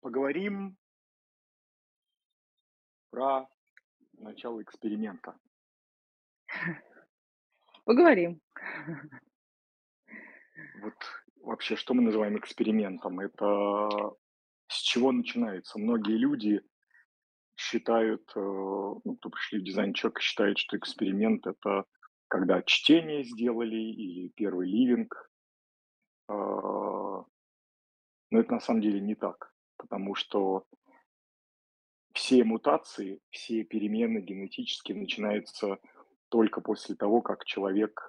Поговорим про начало эксперимента. Поговорим. Вот вообще, что мы называем экспериментом? Это с чего начинается? Многие люди считают, ну, кто пришли в дизайн человека, считает, что эксперимент это когда чтение сделали или первый ливинг. Но это на самом деле не так, потому что все мутации, все перемены генетические начинаются только после того, как человек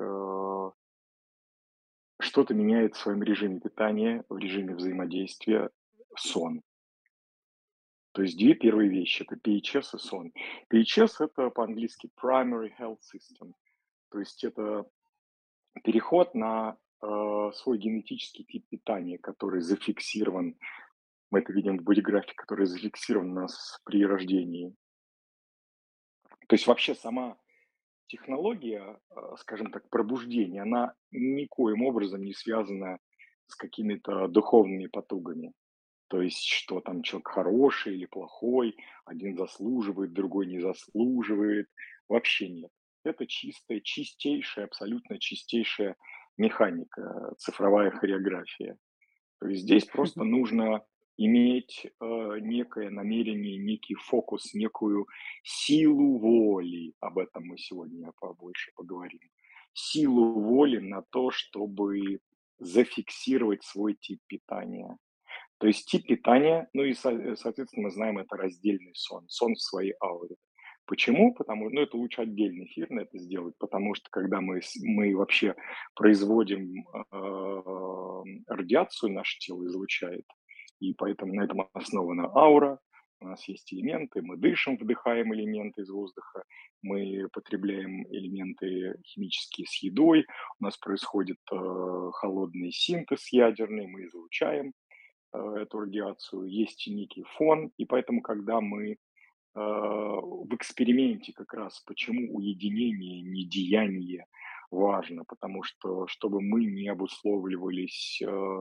что-то меняет в своем режиме питания, в режиме взаимодействия, сон. То есть 2 первые вещи — это PHS и сон. PHS — это по-английски Primary Health System, то есть это переход на, свой генетический тип питания, который зафиксирован. Мы это видим в бодиграфе, который зафиксирован у нас при рождении. То есть вообще сама технология, скажем так, пробуждения, она никоим образом не связана с какими-то духовными потугами. То есть, что там человек хороший или плохой, один заслуживает, другой не заслуживает. Вообще нет. Это чистая, чистейшая, абсолютно чистейшая механика, цифровая хореография. То есть здесь просто нужно иметь некое намерение, некий фокус, некую силу воли. Об этом мы сегодня побольше поговорим. Силу воли на то, чтобы зафиксировать свой тип питания. То есть тип питания, ну и, соответственно, мы знаем, это раздельный сон, сон в своей ауре. Почему? Потому, ну, это лучше отдельный эфир на это сделать, потому что когда мы вообще производим радиацию, наше тело излучает, и поэтому на этом основана аура, у нас есть элементы, мы дышим, вдыхаем элементы из воздуха, мы потребляем элементы химические с едой, у нас происходит холодный синтез ядерный, мы излучаем эту радиацию, есть некий фон, и поэтому, когда мы в эксперименте как раз, почему уединение, недеяние важно, потому что, чтобы мы не обусловливались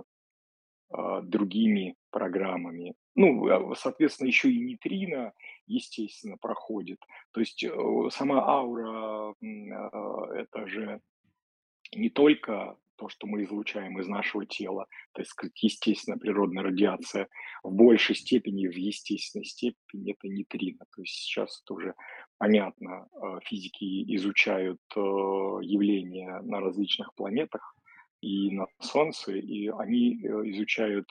другими программами. Ну, соответственно, еще и нейтрино, естественно, проходит. То есть сама аура, это же не только то, что мы излучаем из нашего тела, так сказать, естественно, природная радиация, в большей степени, в естественной степени это нейтрино. То есть сейчас это уже понятно. Физики изучают явления на различных планетах и на Солнце, и они изучают,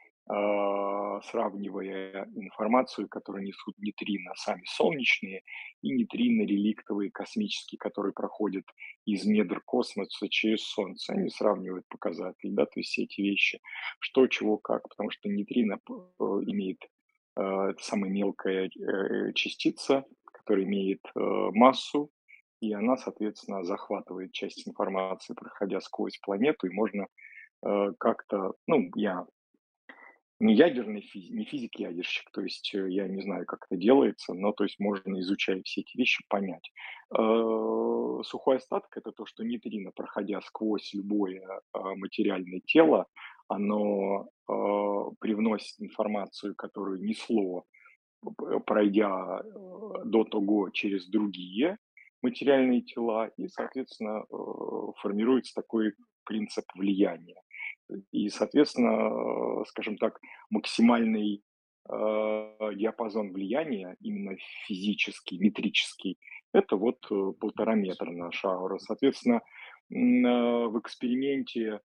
сравнивая информацию, которую несут нейтрино сами солнечные и нейтрино реликтовые космические, которые проходят из недр космоса через Солнце. Они сравнивают показатели, да, то есть все эти вещи, что, чего, как, потому что нейтрино имеет, это самая мелкая частица, которая имеет массу, и она, соответственно, захватывает часть информации, проходя сквозь планету, и можно как-то, ну, я не ядерный не физик-ядерщик, то есть, я не знаю, как это делается, но то есть можно, изучая все эти вещи, понять. Сухой остаток — это то, что нейтрино, проходя сквозь любое, материальное тело, оно, привносит информацию, которую несло, пройдя, до того через другие материальные тела, и, соответственно, формируется такой принцип влияния. И, соответственно, скажем так, максимальный диапазон влияния, именно физический, метрический, это вот 1,5 метра наша аура. Соответственно, в эксперименте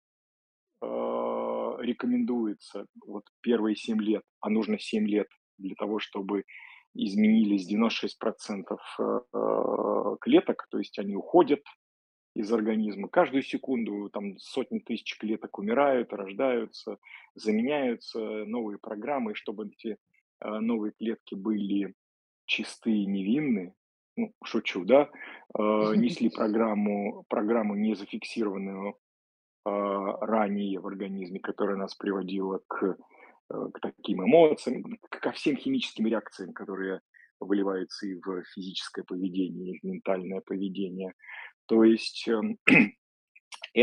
рекомендуется вот первые 7 лет, а нужно 7 лет для того, чтобы изменились 96% клеток, то есть они уходят из организма. Каждую секунду там сотни тысяч клеток умирают, рождаются, заменяются новые программы, и чтобы эти новые клетки были чистые, невинны, ну, шучу, да, несли программу не зафиксированную ранее в организме, которая нас приводила к таким эмоциям, ко всем химическим реакциям, которые выливаются и в физическое поведение, и в ментальное поведение. То есть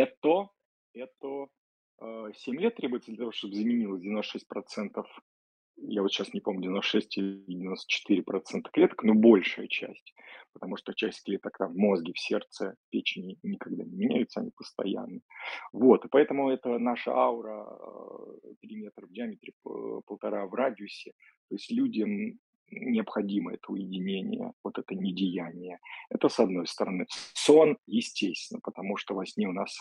это 7 лет требуется для того, чтобы заменилось 96% я вот сейчас не помню, 96 или 94% клеток, но большая часть, потому что часть клеток там в мозге, в сердце, в печени никогда не меняются, они постоянны. Вот, и поэтому это наша аура, 3 метра в диаметре, 1,5 в радиусе. То есть людям необходимо это уединение, вот это недеяние. Это с одной стороны. Сон, естественно, потому что во сне у нас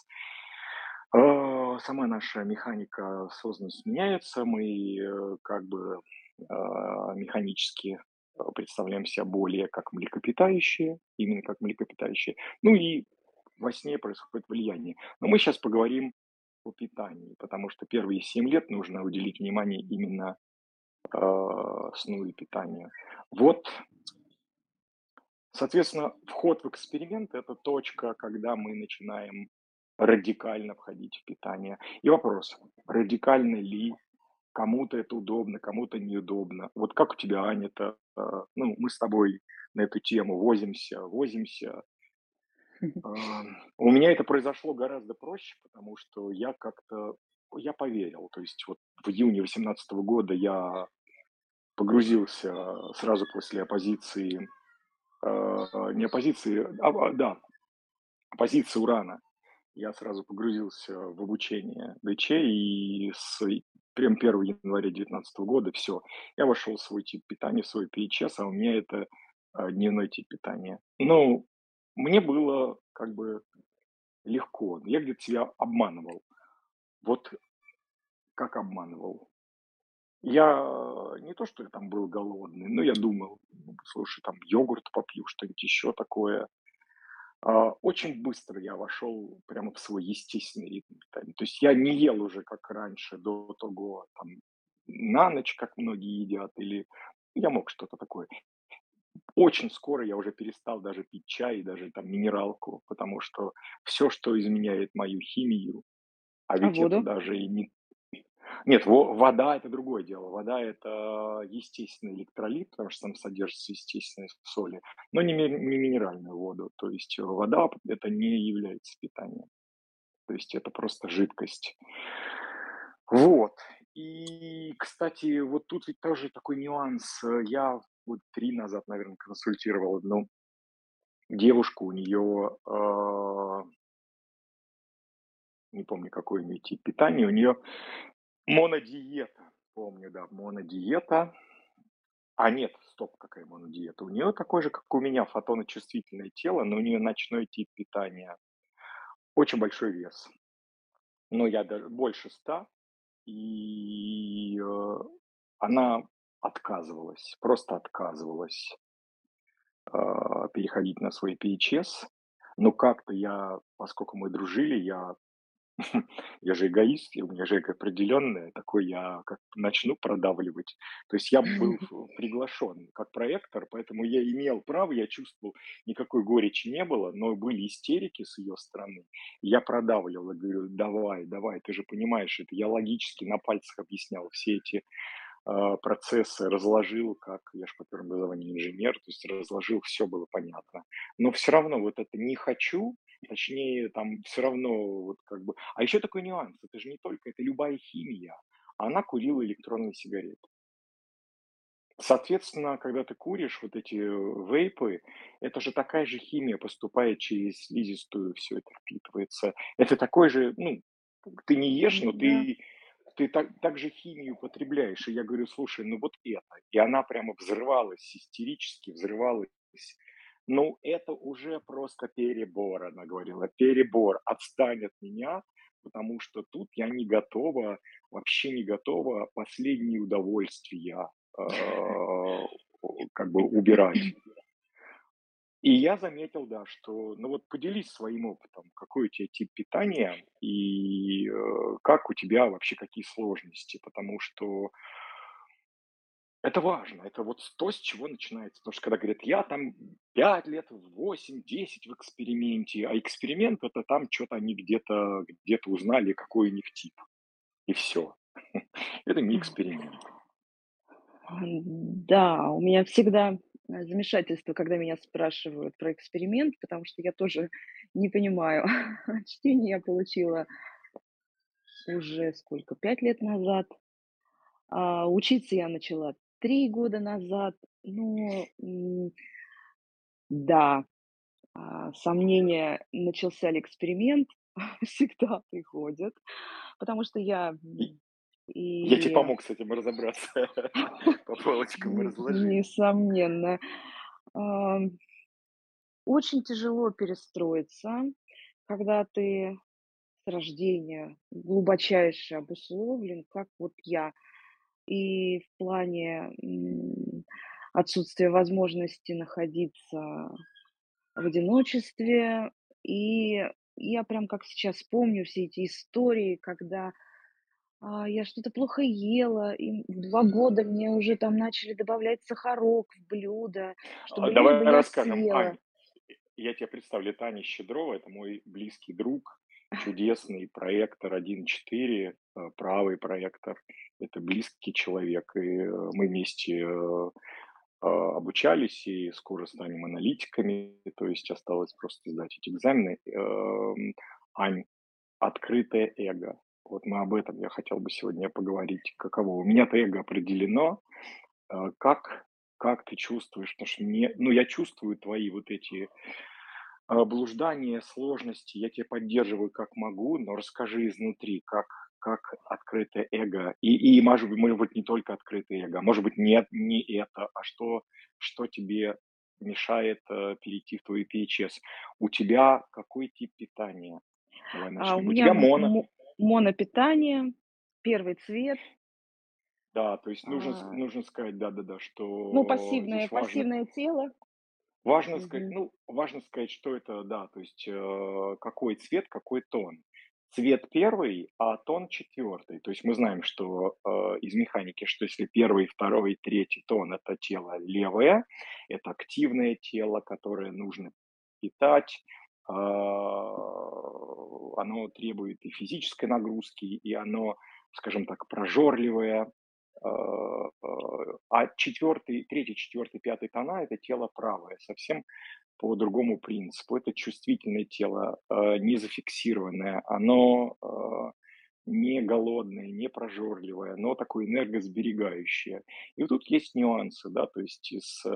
сама наша механика осознанности меняется. Мы, как бы, механически, представляем себя более как млекопитающие, именно как млекопитающие. Ну и во сне происходит влияние. Но мы сейчас поговорим о питании, потому что первые 7 лет нужно уделить внимание именно, сну и питанию. Вот, соответственно, вход в эксперимент — это точка, когда мы начинаем радикально входить в питание. И вопрос: радикально ли? Кому-то это удобно, кому-то неудобно. Вот как у тебя, Аня-то? Ну, мы с тобой на эту тему возимся. У меня это произошло гораздо проще, потому что я поверил. То есть вот в июне 18 года я погрузился сразу после оппозиции, не оппозиции, да, оппозиции урана. Я сразу погрузился в обучение ДЧ, и прям 1 января 19 года все, я вошел в свой тип питания, в свой ПИЧС, а у меня это дневной тип питания. Ну, мне было как бы легко, я где-то себя обманывал. Вот как обманывал? Я не то, что я там был голодный, но я думал: «Ну, слушай, там йогурт попью, что-нибудь еще такое». Очень быстро я вошел прямо в свой естественный ритм питания. То есть я не ел уже, как раньше, до того, там, на ночь, как многие едят, или я мог что-то такое. Очень скоро я уже перестал даже пить чай и даже там минералку, потому что все, что изменяет мою химию, а А ведь это воду? даже и не... Нет, вода — это другое дело. Вода — это естественный электролит, потому что там содержатся естественные соли, но не минеральную воду. То есть вода — это не является питанием. То есть это просто жидкость. Вот. И, кстати, вот тут ведь тоже такой нюанс. Я вот 3 назад, наверное, консультировал одну девушку. У нее, не помню, какой у нее тип питания, у нее монодиета. Помню, да, монодиета. А нет, стоп, какая монодиета? У нее такой же, как у меня, фотоночувствительное тело, но у нее ночной тип питания. Очень большой вес. Но я даже больше 100. И, она отказывалась, просто отказывалась, переходить на свой PHS. Но как-то я, поскольку мы дружили, я же эгоист, и у меня же эго определенное, такой я как начну продавливать. То есть я был приглашен как проектор, поэтому я имел право, я чувствовал, никакой горечи не было, но были истерики с ее стороны. И я продавливал, и говорю: давай, давай, ты же понимаешь это. Я логически на пальцах объяснял все эти процессы, разложил, как я же по первому образованию инженер, то есть разложил, все было понятно. Но все равно вот это «не хочу», точнее, там все равно вот как бы... А еще такой нюанс, это же не только, это любая химия. Она курила электронные сигареты. Соответственно, когда ты куришь вот эти вейпы, это же такая же химия поступает через слизистую, все это впитывается. Это такой же, ну, ты не ешь, но Да. ты так же химию потребляешь. И я говорю: слушай, ну вот это. И она прямо взрывалась, истерически взрывалась. Ну, это уже просто перебор, она говорила, перебор. Отстань от меня, потому что тут я не готова, вообще не готова последние удовольствия как бы убирать. И я заметил, да, что, ну вот поделись своим опытом, какой у тебя тип питания и как у тебя вообще какие сложности, потому что это важно, это вот то, с чего начинается. Потому что когда говорят, я там 5 лет, 8, 10 в эксперименте, а эксперимент это там что-то они где-то узнали, какой у них тип, и все. Это не эксперимент. Да, у меня всегда, замешательство, когда меня спрашивают про эксперимент, потому что я тоже не понимаю. Чтение я получила уже сколько, 5 лет назад. Учиться я начала 3 года назад. Ну, да, сомнения, начался ли эксперимент, всегда приходят, потому что я, И я тебе и помог с этим разобраться, по полочкам разложил. несомненно, ам, очень тяжело перестроиться, когда ты с рождения глубочайше обусловлен, как вот я. И в плане, отсутствия возможности находиться в одиночестве. И я прям как сейчас помню все эти истории, когда, я что-то плохо ела, и в 2 года мне уже там начали добавлять сахарок в блюдо, чтобы лишь бы Давай я расскажем. съела. Ань, я тебе представлю, это Аня Щедрова, это мой близкий друг, чудесный проектор 1.4, правый проектор. Это близкий человек, и мы вместе обучались и скоро станем аналитиками, то есть осталось просто сдать эти экзамены. Ань, открытое эго. Вот мы об этом я хотел бы сегодня поговорить. Каково? У меня-то эго определено. Как, как ты чувствуешь? Потому что мне, ну, я чувствую твои вот эти блуждания, сложности. Я тебя поддерживаю как могу, но расскажи изнутри, как открытое эго. И может быть, не только открытое эго, а может быть, нет, не это, а что тебе мешает перейти в твой PHS. У тебя какой тип питания? Давай У начнем. У меня тебя моно. монопитание, первый цвет, Да, то есть а, нужно сказать, да-да-да, ну, что пассивное здесь важно. пассивное тело. Важно сказать, Мгм. ну, важно сказать, что это, да, то есть, какой цвет, какой тон. Цвет первый, а тон четвертый. То есть мы знаем, что из механики, что если первый, второй, третий тон это тело левое, это активное тело, которое нужно питать, оно требует и физической нагрузки, и оно, скажем так, прожорливое. А четвертый, третий, четвертый, пятый тона это тело правое, совсем по другому принципу. Это чувствительное тело, не зафиксированное, оно не голодное, не прожорливое, но такое энергосберегающее. И вот тут есть нюансы, да, то есть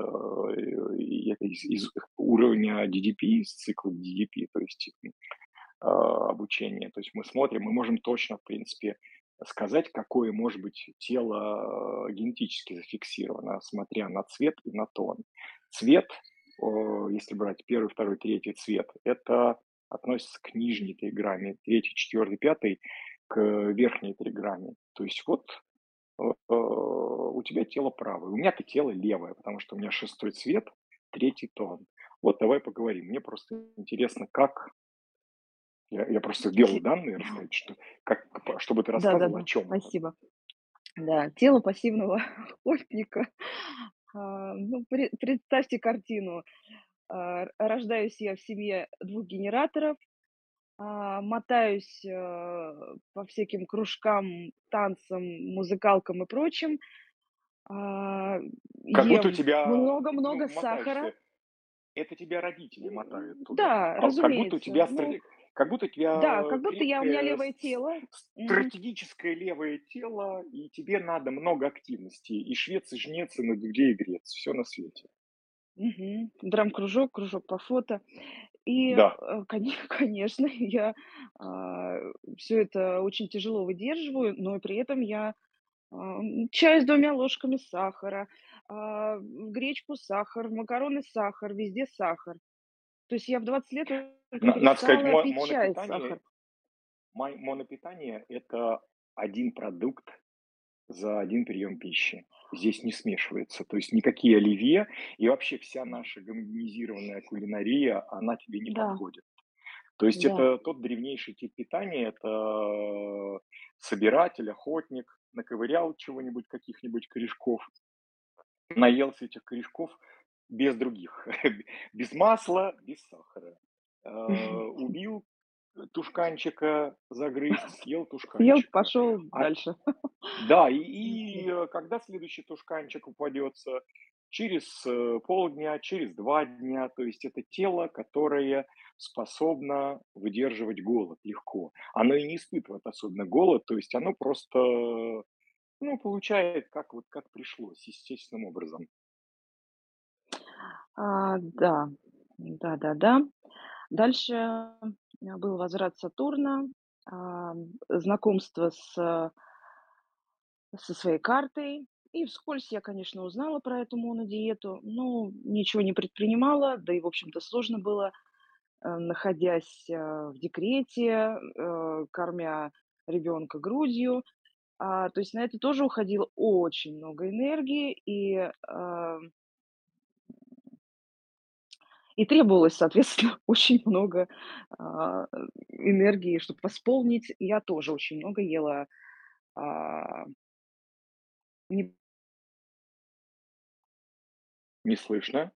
из уровня DDP, из цикла DDP, то есть обучения. То есть мы смотрим, мы можем точно, в принципе, сказать, какое может быть тело генетически зафиксировано, смотря на цвет и на тон. Цвет, если брать первый, второй, третий цвет, это относится к нижней триграмме, третий, четвертый, пятый к верхней триграмме. То есть вот у тебя тело правое, у меня-то тело левое, потому что у меня шестой цвет, третий тон. Вот давай поговорим. Мне просто интересно, как я просто ввел Те данные рассказать, что как чтобы ты рассказывал, о Да-да-да, чем это. спасибо. Да, тело пассивного охотника. Ну, представьте картину. Рождаюсь я в семье двух генераторов, мотаюсь, по всяким кружкам, танцам, музыкалкам и прочим, а, Как будто у ем тебя, ну, много-много сахара. мотаешься, это тебя родители мотают туда. Да, А как будто у разумеется. тебя Ну как будто у да, тебя как будто у меня крепкое левое тело. Мгм. стратегическое левое тело, и тебе надо много активности. И швец, и жнец, и на дуде, и грец. Все на свете. Мгм. Драм-кружок, кружок по фото. И, Да. конечно, я, все это очень тяжело выдерживаю, но и при этом я, чай с 2 ложками сахара, в гречку сахар, в макароны сахар, везде сахар. То есть я в 20 лет только Надо сказать, перестала пить чай, сахар. монопитание – это один продукт за один прием пищи. Здесь не смешивается. То есть никакие оливье и вообще вся наша гомогенизированная кулинария, она тебе не Да, подходит. То есть да. это тот древнейший тип питания, это собиратель, охотник, наковырял чего-нибудь, каких-нибудь корешков, наелся этих корешков без других, без масла, без сахара. Убил тушканчика, загрыз, съел Съел, тушканчика. пошел А дальше. да, Мгм. когда следующий тушканчик упадется? Через полдня, через 2 дня. То есть это тело, которое способно выдерживать голод легко. Оно и не испытывает особенно голод, то есть оно просто Ну, получает, как вот как пришлось, естественным образом. Да, да-да-да. Дальше, был возврат Сатурна, знакомство со своей картой. И вскользь я, конечно, узнала про эту монодиету, но ничего не предпринимала, да и, в общем-то, сложно было, находясь, в декрете, кормя ребенка грудью. То есть на это тоже уходило очень много энергии, и требовалось, соответственно, очень много, а, энергии, чтобы восполнить. Я тоже очень много ела, а, не Не слышно?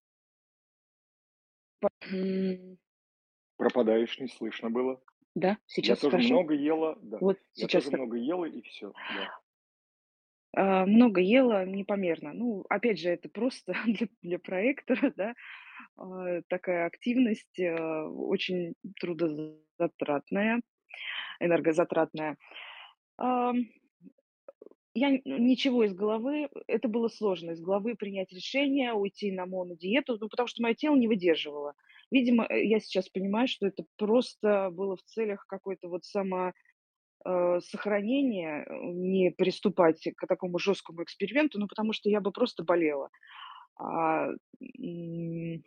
м, Пропадаешь, не слышно было. да, Я сейчас тоже хорошо? много ела, да. Вот Я сейчас тоже много ела, и все, да. много ела непомерно. Ну, опять же, это просто для проекта, да, такая активность, очень трудозатратная, энергозатратная. Ам, я ничего из головы, это было сложно из головы принять решение, уйти на монодиету, ну, потому что мое тело не выдерживало. Видимо, я сейчас понимаю, что это просто было в целях какой-то вот сохранения, не приступать к такому жесткому эксперименту, ну, потому что я бы просто болела. А, м,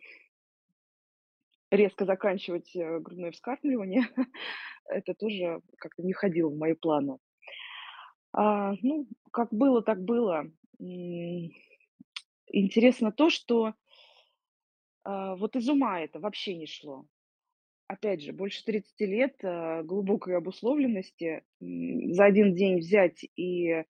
Резко заканчивать, грудное вскармливание, это тоже как-то не входило в мои планы. Ну, как было, так было. Интересно то, что, вот из ума это вообще не шло. Опять же, больше 30 лет, глубокой обусловленности. За один день взять и,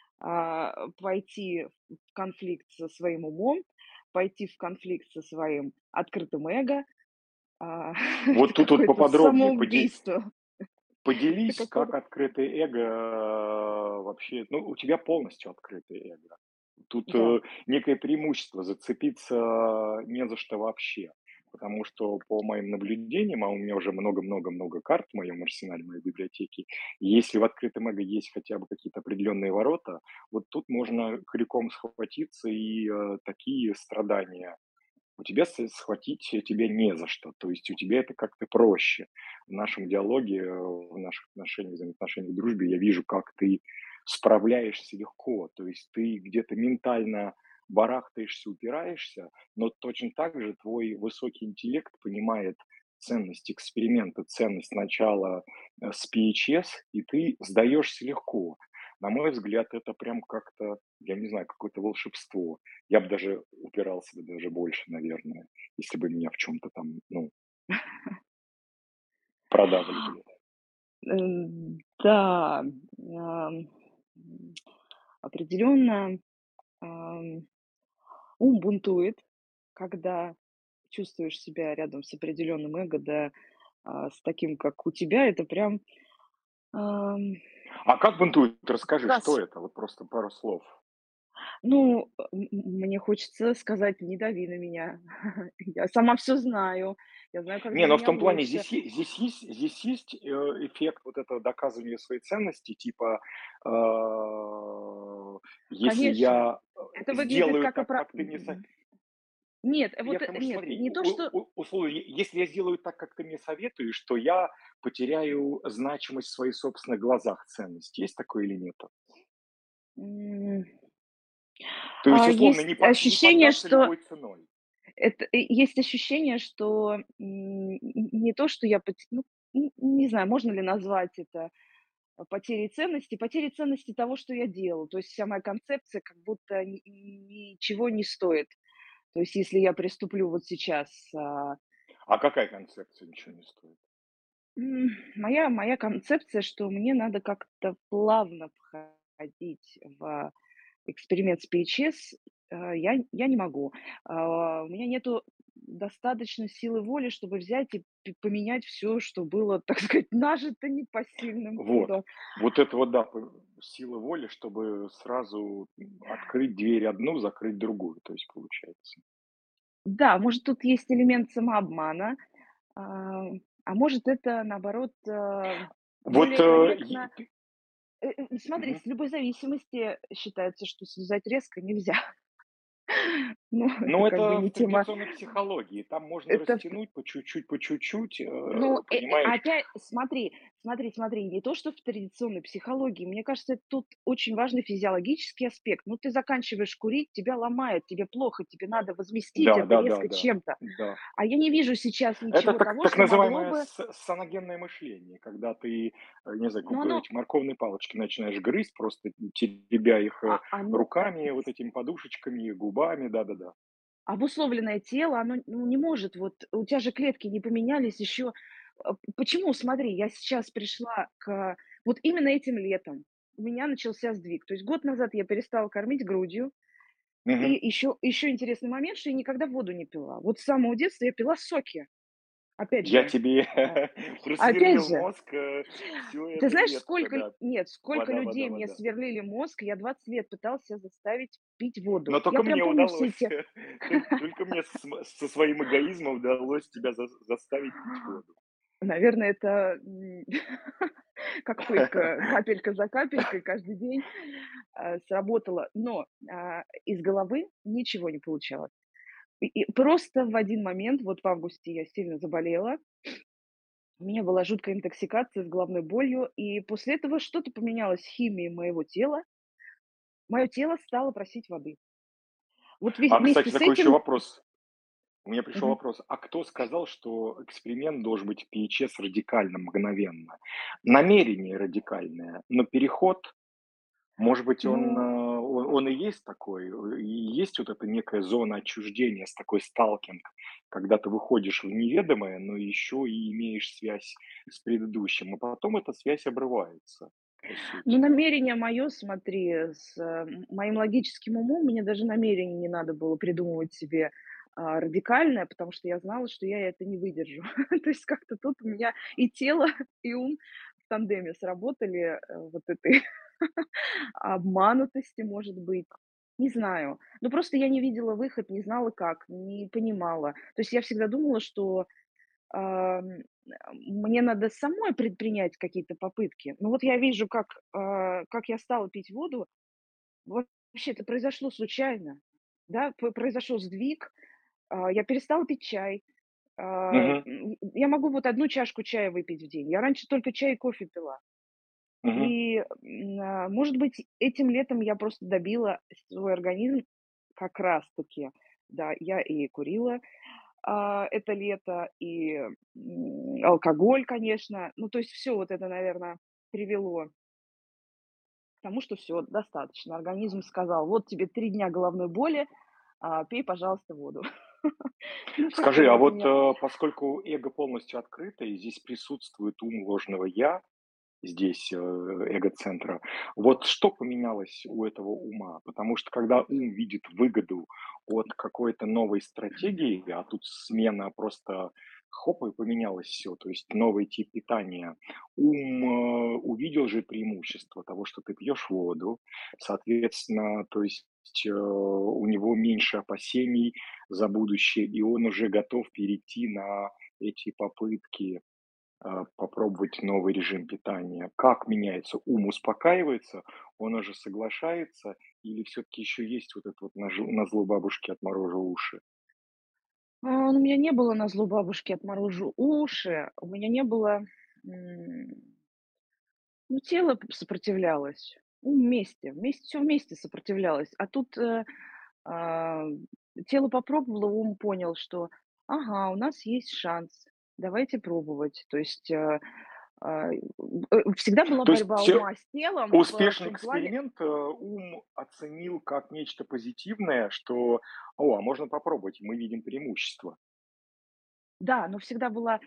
пойти в конфликт со своим умом, пойти в конфликт со своим открытым эго. Это Вот тут вот какое-то поподробнее самоубийство. Это поделись, как какое-то открытое эго, вообще, ну, у тебя полностью открытое эго. Тут, да, некое преимущество, зацепиться не за что вообще. Потому что по моим наблюдениям, а у меня уже много-много-много карт в моем арсенале, в моей библиотеке, и если в открытом эго есть хотя бы какие-то определенные ворота, вот тут можно крюком схватиться и, такие страдания у тебя схватить тебе не за что. То есть у тебя это как-то проще. В нашем диалоге, в наших отношениях, взаимоотношениях, в дружбе я вижу, как ты справляешься легко. То есть ты где-то ментально барахтаешься, упираешься, но точно так же твой высокий интеллект понимает ценность эксперимента, ценность начала с PHS, и ты сдаешься легко. На мой взгляд, это прям как-то, я не знаю, какое-то волшебство. Я бы даже упирался бы даже больше, наверное, если бы меня в чем то там, ну, продавливали. да, определенно, ум бунтует, когда чувствуешь себя рядом с определенным эго, да, с таким, как у тебя, это прям, ам, А как бунтует? Расскажи, что касс это? Вот просто пару слов. Ну, мне хочется сказать: "Не дави на меня". Я сама все знаю. Я знаю, как Не, для но в меня том плане, лучше. здесь есть, эффект вот этого доказывания своей ценности, типа, если Конечно, я, это выглядит сделаю как так, как ты мне Нет, я вот, к тому, что нет, смотри, не то, что условно, если я сделаю так, как ты мне советуешь, то я потеряю значимость в своих собственных глазах, ценность. Есть такое или нет? м, То есть, условно, есть не ощущение, поддаться что любой ценой. есть ощущение, что, не то, что я ну, не знаю, можно ли назвать это, потерей ценности того, что я делаю. То есть вся моя концепция как будто ничего не стоит. То есть если я приступлю вот сейчас, А какая концепция ничего не стоит? моя концепция, что мне надо как-то плавно входить в эксперимент с PHS, я не могу. У меня нету достаточно силы воли, чтобы взять и поменять все, что было, так сказать, нажито непосильным Вот. трудом. Вот это вот, да, сила воли, чтобы сразу открыть дверь одну, закрыть другую, то есть получается. Да, может, тут есть элемент самообмана, а, а может, это, наоборот, Вот, более корректно. Смотри, Мгм. с любой зависимости считается, что слезать резко нельзя. Ну, это Ну, как бы это в не тема. традиционной психологии. Там можно Это растянуть по чуть-чуть, Ну, понимаешь? опять смотри, не то, что в традиционной психологии. Мне кажется, тут очень важный физиологический аспект. Ну, ты заканчиваешь курить, тебя ломает, тебе плохо, тебе надо возместить Да, это да, да, резко да, чем-то. да. А я не вижу сейчас Это ничего так того, так что могло называемое бы. саногенное мышление, когда ты, не знаю, Но оно, эти морковные палочки начинаешь грызть, просто теребя их, оно руками, вот этими подушечками, губами. Да-да-да. обусловленное тело, оно, ну, не может. Вот у тебя же клетки не поменялись еще. Почему? Смотри, я сейчас пришла к вот именно этим летом у меня начался сдвиг. То есть год назад я перестала кормить грудью. И Мгм. еще интересный момент, что я никогда воду не пила. Вот с самого детства я пила соки. Опять Я же, тебе а, опять просверлил же, мозг, всё ты это знаешь, лето, да. сколько Вода, вода, людей мне вода. сверлили мозг, я 20 лет пыталась себя заставить пить воду. Но Я только прям мне помню все удалось, эти. только мне со своим эгоизмом удалось тебя заставить пить воду. Наверное, это, как пытка, капелька за капелькой каждый день, сработало. Но, из головы ничего не получалось. И просто в один момент, вот в августе я сильно заболела. У меня была жуткая интоксикация с головной болью, и после этого что-то поменялось в химии моего тела. Мое тело стало просить воды. Вот А, вместе кстати, с такой еще этим. вопрос. У меня пришел Мгм. вопрос: а кто сказал, что эксперимент должен быть в PHS радикальным, мгновенно? Намерение радикальное, но переход, может быть, Ну, он и есть такой, и есть вот эта некая зона отчуждения, с такой сталкинг, когда ты выходишь в неведомое, но еще и имеешь связь с предыдущим, а потом эта связь обрывается, по ну, сути. намерение мое, смотри, моим логическим умом мне даже намерение не надо было придумывать себе, радикальное, потому что я знала, что я это не выдержу. То есть как-то тут у меня и тело, и ум в тандеме сработали, вот этой обманутости, может быть. Не знаю. Ну, просто я не видела выход, не знала как, не понимала. То есть я всегда думала, что, мне надо самой предпринять какие-то попытки. Но вот я вижу, как я стала пить воду. Вообще это произошло случайно. Да, произошел сдвиг. Я перестала пить чай. Мгм, Я могу вот одну чашку чая выпить в день. Я раньше только чай и кофе пила. мгм. И, может быть, этим летом я просто добила свой организм как раз-таки. Да, я и курила, это лето, и, алкоголь, конечно. Ну, то есть все вот это, наверное, привело к тому, что все достаточно. Организм сказал: "Вот тебе 3 дня головной боли, пей, пожалуйста, воду". Ну, такой Скажи, а вот у вот, меня. поскольку эго полностью открыто, и здесь присутствует ум ложного "я", здесь, эго-центра, вот что поменялось у этого ума? Потому что когда ум видит выгоду от какой-то новой стратегии, а тут смена просто хоп, и поменялось все, то есть новый тип питания. Ум, увидел же преимущество того, что ты пьешь воду, соответственно, то есть, у него меньше опасений за будущее, и он уже готов перейти на эти попытки попробовать новый режим питания. Как меняется? Ум успокаивается, он уже соглашается, или все-таки еще есть вот это вот назло бабушки отморожу уши? Ну, у меня не было назло бабушке "отморожу уши", у меня не было, ну, тело сопротивлялось, вместе, все вместе сопротивлялось. А тут, а, тело попробовало, ум понял, что: "Ага, у нас есть шанс, давайте пробовать". То есть, всегда была То есть борьба ума с телом в успешный том плане. эксперимент ум оценил как нечто позитивное, что, о, а можно попробовать, мы видим преимущество. Да, но всегда была,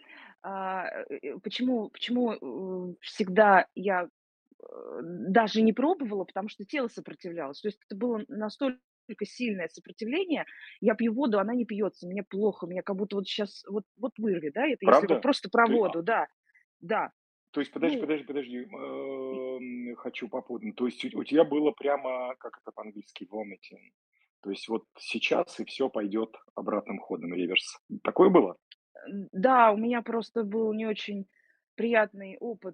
почему, всегда я даже не пробовала, потому что тело сопротивлялось. То есть это было настолько сильное сопротивление. Я пью воду, она не пьется, мне плохо, меня как будто вот сейчас вот вырвет, да, это если вот Правда? просто про То, воду, да, да. то есть, подожди, Ну, подожди, подожди, и хочу попутно. То есть у тебя было прямо, как это по-английски, vomiting. То есть вот сейчас и все пойдет обратным ходом, реверс. Такое было? да, у меня просто был не очень приятный опыт,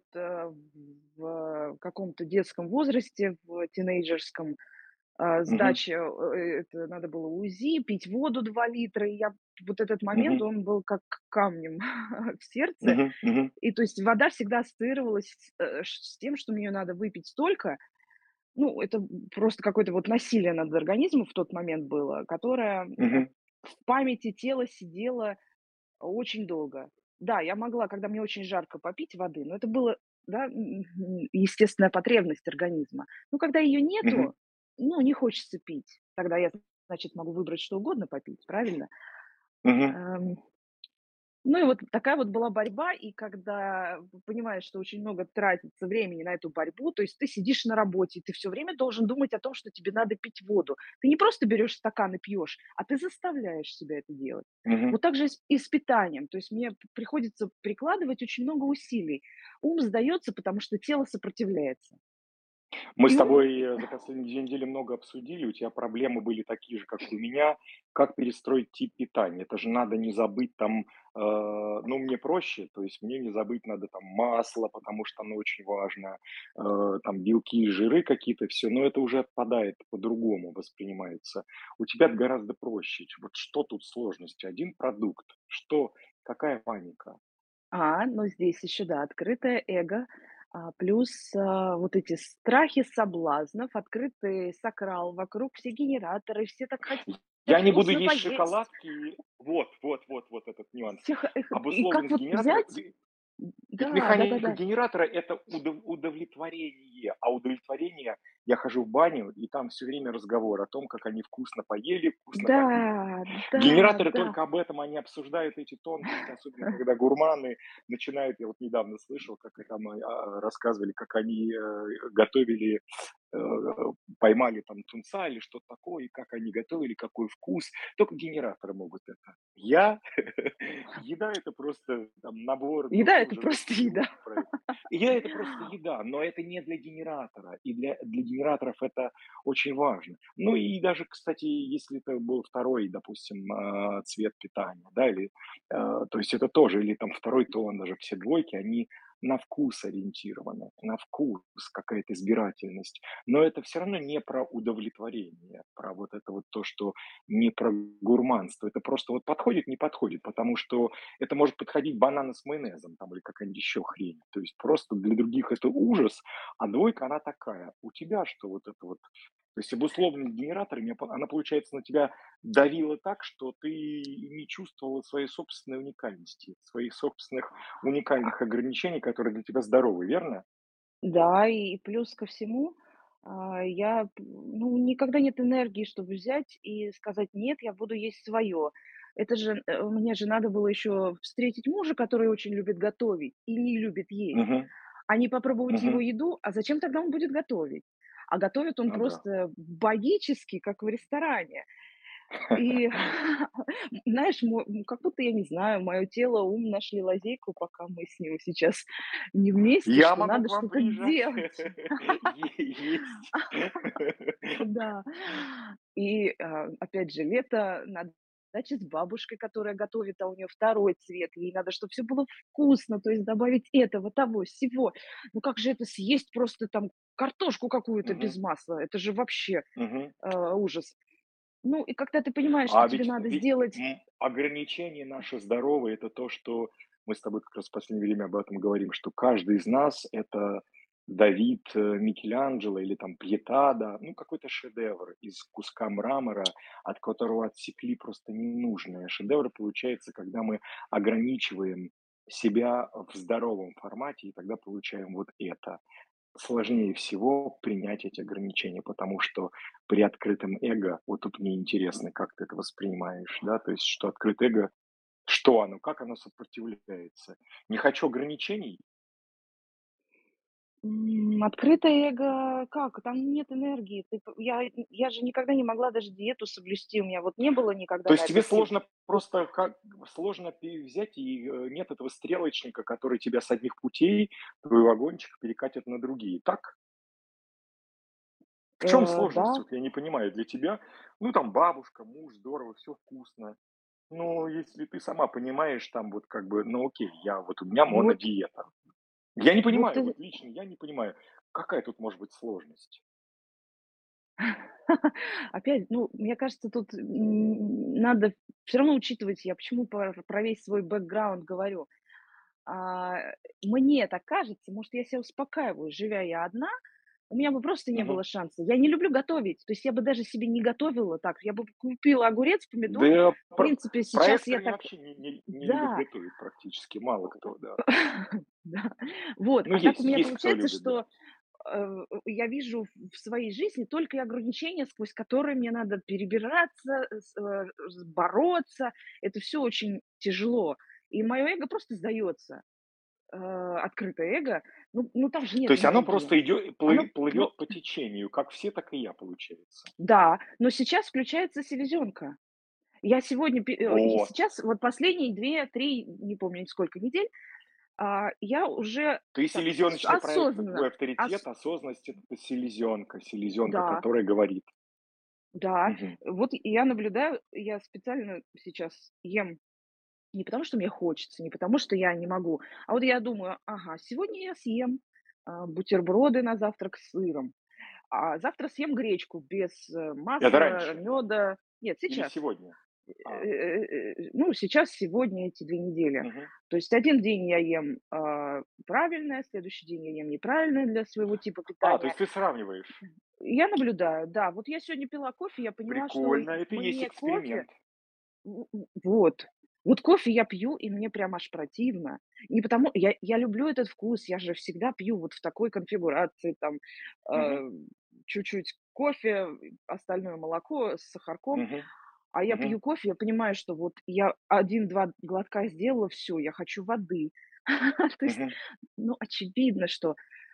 в каком-то детском возрасте, в тинейджерском. Мгм. Сдача, это надо было УЗИ, пить воду 2 литра. И я вот этот момент, Мгм. он был как камнем в сердце. Мгм. Мгм. И то есть вода всегда ассоциировалась с тем, что мне надо выпить столько. Ну, это просто какое-то вот насилие над организмом в тот момент было, которое, Мгм. в памяти тела сидело очень долго. Да, я могла, когда мне очень жарко, попить воды, но это было, да, естественная потребность организма. Но когда ее Мгм. нету, ну, не хочется пить. Тогда я, значит, могу выбрать что угодно попить, правильно? Мгм. Эм, ну и вот такая вот была борьба, и когда понимаешь, что очень много тратится времени на эту борьбу, то есть ты сидишь на работе, ты все время должен думать о том, что тебе надо пить воду. Ты не просто берешь стакан и пьешь, а ты заставляешь себя это делать. Мгм. Вот так же и с питанием. То есть мне приходится прикладывать очень много усилий. Ум сдается, потому что тело сопротивляется. Мы И с вот, тобой за последние 2 недели много обсудили. У тебя проблемы были такие же, как и у меня. Как перестроить тип питания? Это же надо не забыть там, ну, мне проще, то есть мне не забыть надо там масло, потому что оно очень важно, там белки и жиры какие-то, все, но это уже отпадает, по-другому воспринимается. У тебя гораздо проще. Вот что тут сложности? Один продукт. Что, какая паника? но здесь еще, да, открытое эго, плюс, вот эти страхи соблазнов, открытый сакрал, вокруг все генераторы, все так хотят Я не буду вкусно есть поесть. шоколадки. Вот этот нюанс. Всех их и как Обусловленность вот генератора. взять. Ведь Да, механика да-да-да. генератора — это удовлетворение, а удовлетворение — я хожу в баню, и там все время разговор о том, как они вкусно поели, вкусно Да, попили. да, Генераторы да. только об этом, они обсуждают эти тонкости, особенно когда гурманы начинают. Я вот недавно слышал, как там рассказывали, как они готовили, э, поймали там тунца или что-то такое, и как они готовили, какой вкус. Только генераторы могут это. Еда — это просто там набор Еда — это глюкозы, просто белок еда. и прайс. Еда — это просто еда, но это не для генератора. И для генераторов это очень важно. Ну и даже, кстати, если это был второй, допустим, цвет питания, да, или, то есть это тоже, или там второй тон, даже все двойки, они на вкус ориентированы, на вкус, какая-то избирательность. Но это все равно не про удовлетворение, про вот это вот то, что не про гурманство. Это просто вот подходит, не подходит, потому что это может подходить бананы с майонезом там или какая-нибудь еще хрень. То есть просто для других это ужас, а двойка она такая. У тебя что вот это вот? То есть обусловленность генераторами, она, получается, на тебя давила так, что ты не чувствовала своей собственной уникальности, своих собственных уникальных ограничений, которые для тебя здоровы, верно? Да, и плюс ко всему, ну, никогда нет энергии, чтобы взять и сказать: "Нет, я буду есть свое". Это же, мне же надо было еще встретить мужа, который очень любит готовить и не любит есть, Мгм. а не попробовать его Мгм. еду. А зачем тогда он будет готовить? А готовит он Ну да. просто богически, как в ресторане. И, знаешь, как будто, я не знаю, мое тело, ум нашли лазейку, пока мы с ним сейчас не вместе, Я что могу надо к вам что-то приезжать. делать. Есть. Да. И, опять же, лето на даче с бабушкой, которая готовит, а у нее второй цвет. Ей надо, чтобы все было вкусно, то есть добавить этого, того, всего. Ну как же это съесть просто там картошку какую-то без Мгм. масла? Это же вообще, Мгм. ужас. Ну и когда ты понимаешь, что А тебе надо ведь, сделать. ограничения наши здоровые — это то, что мы с тобой как раз в последнее время об этом говорим, что каждый из нас — это Давид, Микеланджело или там Пьетада, ну, какой-то шедевр из куска мрамора, от которого отсекли просто ненужное. Шедевр получается, когда мы ограничиваем себя в здоровом формате, и тогда получаем вот это. Сложнее всего принять эти ограничения, потому что при открытом эго, вот тут мне интересно, как ты это воспринимаешь, да, то есть что открытое эго, что оно, как оно сопротивляется. Не хочу ограничений. Открытое эго как? Там нет энергии. Я же никогда не могла даже диету соблюсти. У меня вот не было никогда То на есть это тебе сил. сложно просто как сложно взять, и нет этого стрелочника, который тебя с одних путей, твой вагончик перекатит на другие. Так? В чем Да. сложность? Вот я не понимаю. Для тебя, ну там бабушка, муж, здорово, все вкусно. Ну, если ты сама понимаешь, там вот как бы, ну окей, я вот у меня Вот монодиета. Я не Вот понимаю, ты вот лично я не понимаю, какая тут может быть сложность? опять, ну, мне кажется, тут, надо все равно учитывать, я почему про весь свой бэкграунд говорю. А, Мне так кажется, может, я себя успокаиваю, живя я одна, у меня бы просто не Мгм. было шанса. Я не люблю готовить, то есть я бы даже себе не готовила так. Я бы купила огурец, Да помидор. я В принципе, про сейчас я экстренные так вообще не любят да, готовить практически, мало кто, да. да. Вот, Ну, а так у меня есть кто получается, любит, да. что я вижу в своей жизни только и ограничения, сквозь которые мне надо перебираться, бороться. Это все очень тяжело. И мое эго просто сдается. Открытое эго. Ну, там же То нет есть оно энергии. просто идет, Оно про плывет по течению, как все, так и я, получается. Да, но сейчас включается селезенка. Я сегодня и Вот. сейчас вот последние 2-3, не помню сколько недель, я уже Ты так селезеночный проект, твой осознанно авторитет, осознанность — это селезенка, да. которая говорит. Да, Мгм. вот и я наблюдаю, я специально сейчас ем не потому, что мне хочется, не потому, что я не могу, а вот я думаю: "Ага, сегодня я съем, бутерброды на завтрак с сыром, а завтра съем гречку без, Это масла, раньше меда". Нет, или сейчас. сегодня? А, Ну, сейчас, сегодня, эти 2 недели. мгм. То есть один день я ем, правильное, следующий день я ем неправильное для своего типа А, то питания. есть ты сравниваешь. Я наблюдаю, да. Вот я сегодня пила кофе, я поняла, что Прикольно, это и есть мне кофе эксперимент. вот. Вот кофе я пью, и мне прям аж противно. Не потому я люблю этот вкус, я же всегда пью вот в такой конфигурации, там, Мгм, э, чуть-чуть кофе, остальное молоко с сахарком. мгм, А я мгм, пью кофе, я понимаю, что вот я 1-2 глотка сделала, все, я хочу воды. То есть, мгм. ну, очевидно, что,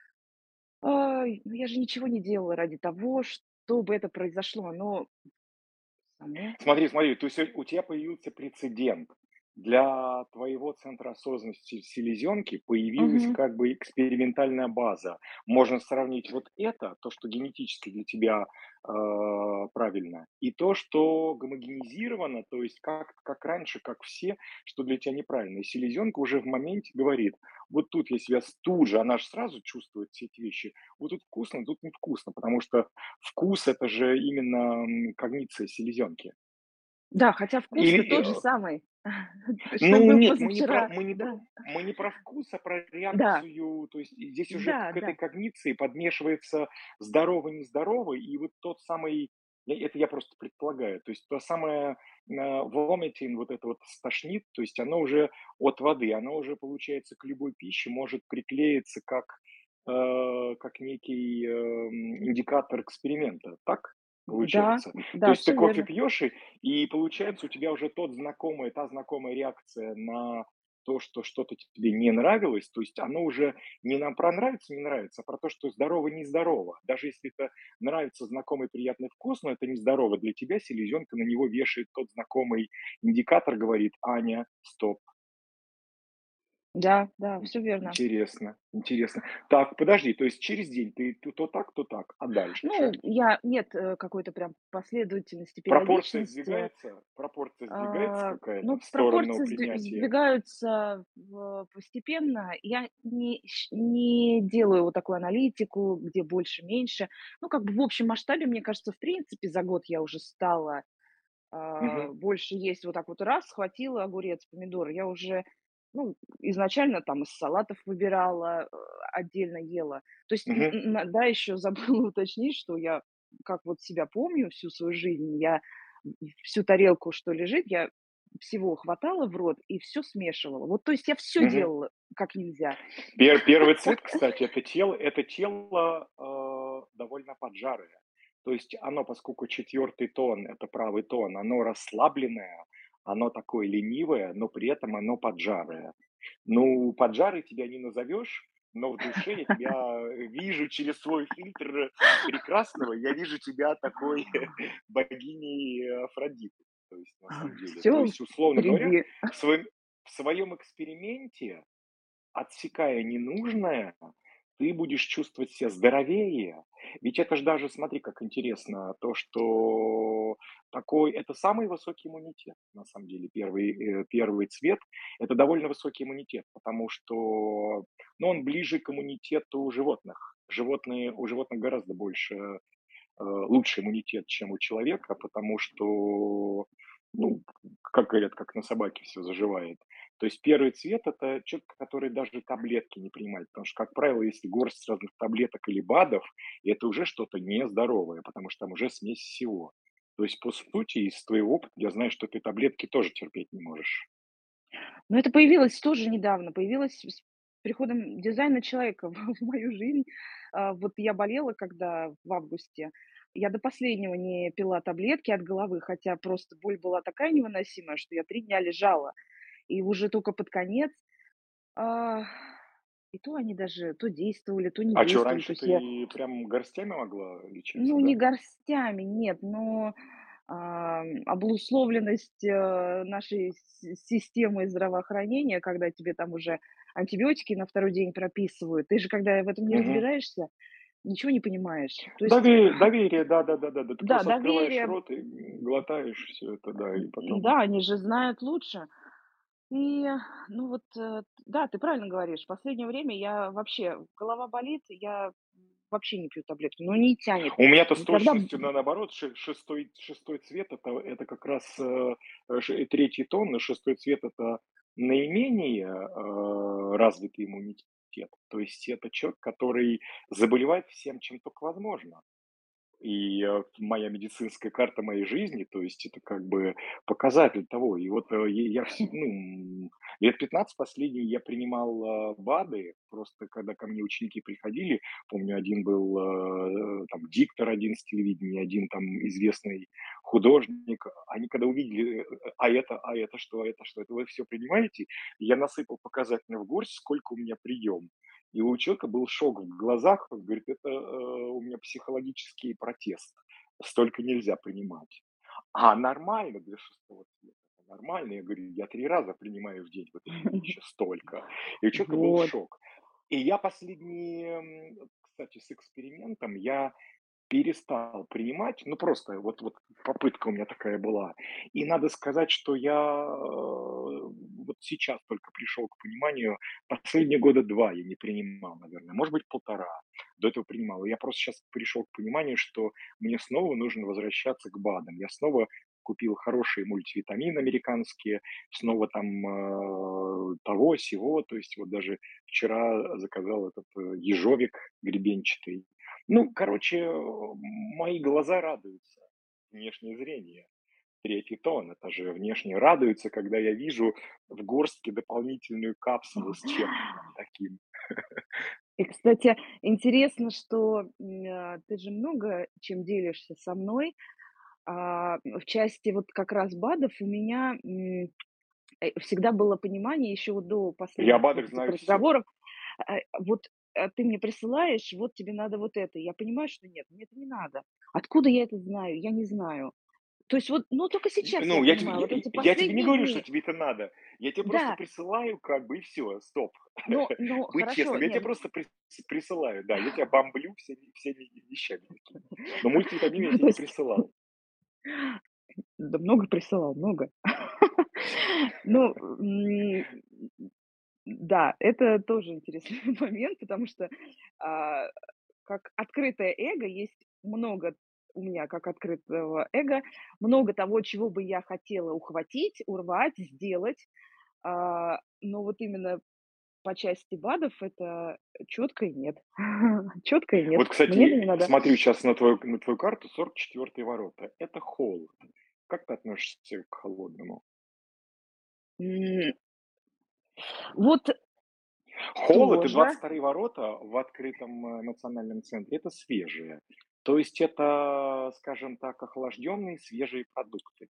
ну, я же ничего не делала ради того, чтобы это произошло. Оно само. Смотри, то есть у тебя появился прецедент. Для твоего центра осознанности селезенки появилась Мгм. как бы экспериментальная база. Можно сравнить вот это, то, что генетически для тебя правильно, и то, что гомогенизировано, то есть как раньше, как все, что для тебя неправильно. И селезенка уже в моменте говорит, вот тут я себя тут же, она же сразу чувствует все эти вещи, вот тут вкусно, тут невкусно, потому что вкус — это же именно когниция селезенки. Да, хотя вкус-то Или, тот же самый, что и ну был нет, позавчера. Да, мы не про вкус, а про да, реакцию. То есть и здесь уже да, к этой да, когниции подмешивается здоровый-нездоровый, и вот тот самый, это я просто предполагаю, то есть то самое vomiting, вот это вот стошнит, то есть оно уже от воды, оно уже, получается, к любой пище может приклеиться как некий индикатор эксперимента. Так да, получается? То да, есть ты все кофе верно. пьешь, и получается у тебя уже та знакомая реакция на то, что что-то тебе не нравилось, то есть оно уже не про нравится, не нравится, а про то, что здорово, нездорово. Даже если это нравится знакомый приятный вкус, но это нездорово для тебя, селезенка на него вешает тот знакомый индикатор, говорит: Аня, стоп. Да, да, все верно. Интересно, интересно. Так, подожди, то есть через день ты то так, а дальше? Ну, я нет, какой-то прям последовательности, периодичности. Пропорция сдвигается какая-то Ну, в сторону пропорции принятия? сдвигаются постепенно. Я не делаю вот такую аналитику, где больше-меньше. Ну, как бы в общем масштабе, мне кажется, в принципе, за год я уже стала Мгм, больше есть вот так вот раз, схватила огурец, помидор. Я уже, ну, изначально там из салатов выбирала, отдельно ела. То есть, мгм, да, еще забыла уточнить, что я, как вот себя помню всю свою жизнь, я всю тарелку, что лежит, я всего хватала в рот и все смешивала. Вот, то есть я все мгм. делала как нельзя. Первый цвет, кстати, это тело довольно поджарое. То есть оно, поскольку четвертый тон — это правый тон, оно расслабленное, оно такое ленивое, но при этом оно поджарое. Ну, поджарой тебя не назовешь, но в душе я тебя вижу через свой фильтр прекрасного, я вижу тебя такой богиней Афродиты. То есть, на самом деле. То Все есть, условно говоря, впереди. в своем эксперименте, отсекая ненужное, ты будешь чувствовать себя здоровее. Ведь это же даже, смотри, как интересно, то, что это самый высокий иммунитет, на самом деле, первый цвет, это довольно высокий иммунитет, потому что, ну, он ближе к иммунитету животных. У животных гораздо лучше иммунитет, чем у человека, потому что, ну, как говорят, как на собаке все заживает. То есть первый цвет — это человек, который даже таблетки не принимает, потому что, как правило, если горсть разных таблеток или БАДов, это уже что-то нездоровое, потому что там уже смесь всего. То есть, по сути, из твоего опыта я знаю, что ты таблетки тоже терпеть не можешь. Но это появилось тоже недавно, появилось с приходом дизайна человека в мою жизнь. Вот я болела, когда в августе, я до последнего не пила таблетки от головы, хотя просто боль была такая невыносимая, что я 3 дня лежала. И уже только под конец, а, и то они даже то действовали, то не А что, действовали. То раньше есть я, ты прям горстями могла лечиться, ну, не да? горстями, нет, но, обусловленность, нашей системы здравоохранения, когда тебе там уже антибиотики на второй день прописывают. Ты же, когда в этом не Мгм. разбираешься, ничего не понимаешь. То есть, Доверие, да-да-да-да. Ты да, просто открываешь доверие, рот и глотаешь все это, да, и потом. да, они же знают лучше. И, ну вот, да, ты правильно говоришь. В последнее время я вообще голова болит, я вообще не пью таблетки, но не тянет. У меня-то с Никогда точностью наоборот, шестой цвет — это как раз, 3 тон, и шестой цвет — это наименее, развитый иммунитет. То есть это человек, который заболевает всем, чем только возможно. И, моя медицинская карта моей жизни, то есть это как бы показатель того. И вот, лет 15 последние я принимал, БАДы. Просто когда ко мне ученики приходили, помню, один был, там диктор один с телевидения, один там известный художник. Они когда увидели, а это что, а это что, это вы все принимаете? Я насыпал показательно в горсть, сколько у меня прием. И у человека был шок в глазах. Он говорит: "Это, у меня психологический протест. Столько нельзя принимать". А нормально для шестого цвета. Это нормально. Я говорю: "Я 3 раза принимаю в день вот эти вещи, столько". И у человека был вот. шок. И я кстати, с экспериментом я перестал принимать, ну, просто вот попытка у меня такая была. И надо сказать, что я, вот сейчас только пришел к пониманию, последние года 2 я не принимал, наверное, может быть, полтора. До этого принимал. И я просто сейчас пришел к пониманию, что мне снова нужно возвращаться к БАДам. Я снова купил хорошие мультивитамины американские, снова там, того, сего. То есть вот даже вчера заказал этот, ежовик гребенчатый. Ну, короче, мои глаза радуются, внешнее зрение. Третий тон — это же внешне радуется, когда я вижу в горстке дополнительную капсулу с чем-то там таким. И, кстати, интересно, что, ты же много чем делишься со мной. В части вот как раз БАДов у меня, всегда было понимание еще вот до Я о последних вот БАДах этих знаю все. разговоров. Вот, ты мне присылаешь, вот тебе надо вот это. Я понимаю, что нет, мне это не надо. Откуда я это знаю? Я не знаю. То есть вот, ну, только сейчас я Ну, я тебе понимаю, вот эти я тебе не последние говорю, что дни. тебе это надо. Я тебе просто Да, присылаю как бы и все, стоп. но Быть хорошо, честным. Я не, тебе ну, просто присылаю, да. Я тебя бомблю всеми вещами такими. Но мультивитамины я то тебе не есть, присылал. да много присылал, много. Ну, да, это тоже интересный момент, потому что, а, как открытое эго есть много у меня как открытого эго, много того, чего бы я хотела ухватить, урвать, сделать. Но вот именно по части БАДов это четко и нет. Четко и нет. Вот, Мне это не кстати, надо. смотрю сейчас на твою карту, 44 ворота. Это холод. Как ты относишься к холодному? М, Вот Холод и тоже. 22 ворота в открытом, национальном центре — это свежие. То есть это, скажем так, охлажденные свежие продукты.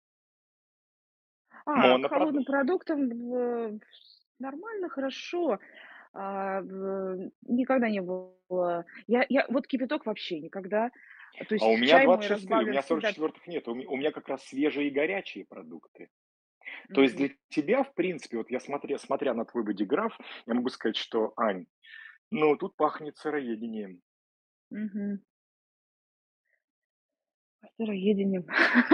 К холодным Монопродукты. продуктам нормально, хорошо. Никогда не было. Я вот кипяток вообще никогда. То А у есть меня чай мой 26, у разбавлен меня всегда. 44 нет. У меня как раз свежие и горячие продукты. То есть Мгм. для тебя, в принципе, вот я смотря на твой бодиграф, я могу сказать, что, Ань, Ну, тут пахнет сыроедением. Мгм. Сыроедением.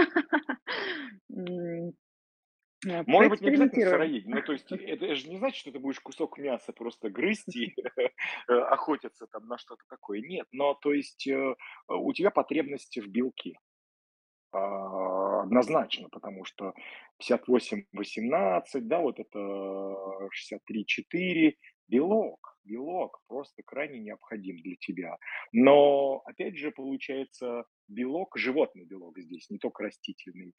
М, Может быть, не обязательно Поэкспериментируем. сыроедение. Ну, то есть это же не значит, что ты будешь кусок мяса просто грызть и охотиться там на что-то такое. Нет, но то есть у тебя потребности в белке. Однозначно, потому что 58-18, да, вот это 63-4, белок просто крайне необходим для тебя. Но, опять же, получается, белок, животный белок здесь, не только растительный,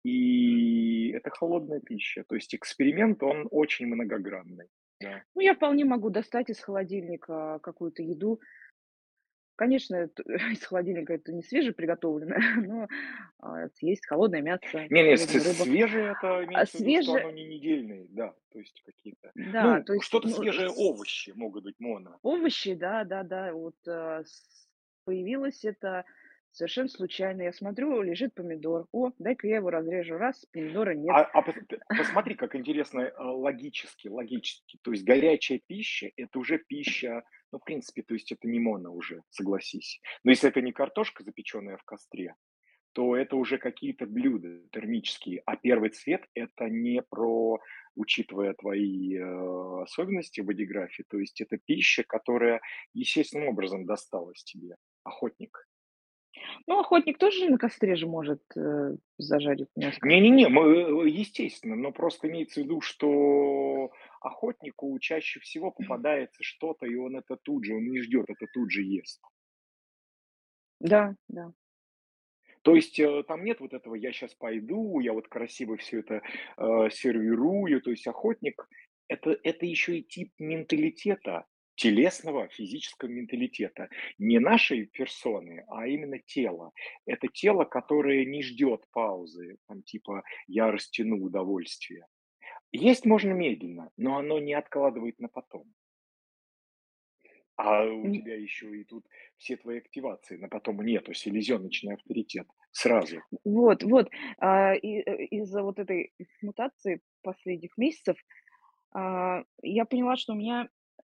и это холодная пища. То есть эксперимент, он очень многогранный, да. Ну, я вполне могу достать из холодильника какую-то еду. Конечно, это из холодильника это не свежеприготовленное, но, съесть холодное мясо, Не-не, холодную рыбу. свежее это А имеется в виду, что свеже оно не недельное, да, то есть какие-то, да, ну, то есть, что-то ну, свежие овощи могут быть моно. овощи, да-да-да, вот, появилось это совершенно случайно. Я смотрю, лежит помидор. О, дай-ка я его разрежу. Раз, помидора нет. Посмотри, как интересно, логически. То есть горячая пища — это уже пища, ну, в принципе, то есть это не моно уже, согласись. Но если это не картошка, запеченная в костре, то это уже какие-то блюда термические. А первый цвет — это не про, учитывая твои, особенности в бодиграфе, то есть это пища, которая естественным образом досталась тебе, охотник. Ну, охотник тоже на костре же может, зажарить мяско. Не-не-не, естественно, но просто имеется в виду, что охотнику чаще всего попадается что-то, и он это тут же, он не ждет, это тут же ест. Да, да. То есть, там нет вот этого: "Я сейчас пойду, я вот красиво все это, сервирую". То есть охотник — это еще и тип менталитета, телесного, физического менталитета. Не нашей персоны, а именно тела. Это тело, которое не ждет паузы, там типа: "Я растяну удовольствие". Есть можно медленно, но оно не откладывает на потом. А у М, тебя еще и тут все твои активации на потом нету, селезеночный авторитет сразу. вот, из-за вот этой мутации последних месяцев, я поняла, что у меня,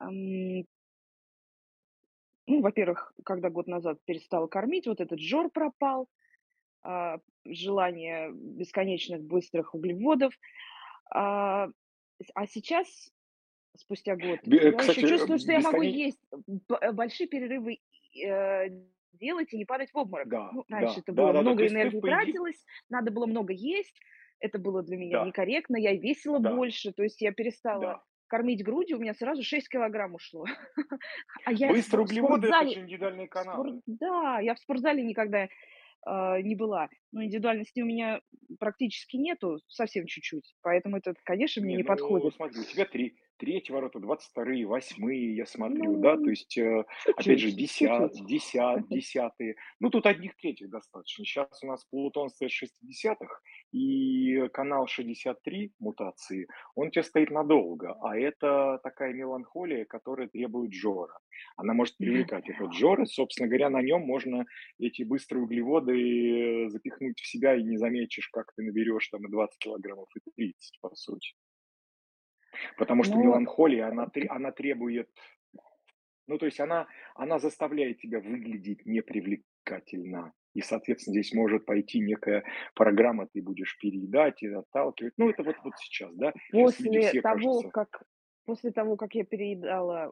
ну, во-первых, когда год назад перестала кормить, вот этот жор пропал, желание бесконечных быстрых углеводов. А, а сейчас, спустя год, я еще Кстати, чувствую, что я могу бесконе есть большие перерывы, э, делать и не падать в обморок. да, Ну, раньше да, это было да-да-да. То много есть ты энергии тратилось, надо было много есть, это было для меня да, некорректно, я весила да, больше, то есть я перестала да. кормить грудью, у меня сразу 6 килограмм ушло. А я Быстрые в углеводы — это спортзале, же индивидуальные каналы. да, я в спортзале никогда не была. Но индивидуальности у меня практически нету, совсем чуть-чуть, поэтому это, конечно, мне Не, не ну подходит. смотри, у тебя 3 ворота, 22-е, 8-е, я смотрю, да, то Ну, есть, опять же, чуть-чуть, чуть-чуть. десятые. Ну, тут одних третьих достаточно. Сейчас у нас Плутон стоит в 60-х, и канал 63 мутации, он у тя стоит надолго, а это такая меланхолия, которая требует жора. Она может привлекать этот жор, и, собственно говоря, на нем можно эти быстрые углеводы запихнуть в себя, и не заметишь, как ты наберешь там и 20 килограммов, и 30, по сути. Потому что Ну, меланхолия, она требует, ну, то есть она заставляет тебя выглядеть непривлекательно. И, соответственно, здесь может пойти некая программа, ты будешь переедать и отталкивать. Ну, это вот сейчас, да. Сейчас люди после все, того, кажется, как после того, как я переедала,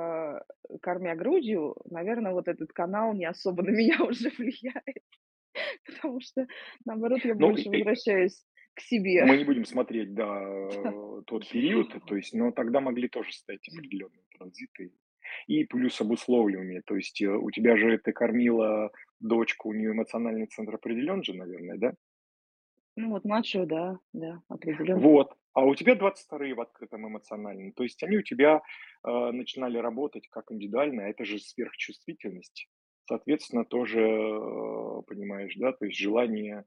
кормя грудью, наверное, вот этот канал не особо на меня уже влияет, потому что, наоборот, я ну, больше возвращаюсь к себе. мы не будем смотреть, да, тот период, то есть, но тогда могли тоже стоять определенные транзиты и плюс обусловливание. То есть, у тебя же ты кормила дочку, у нее эмоциональный центр определен же, наверное, да? Ну вот младшую, да, да, определенно. Вот. А у тебя 22-е в открытом эмоциональном. То есть они у тебя, начинали работать как индивидуально, а это же сверхчувствительность. Соответственно, тоже, понимаешь, да, то есть желание,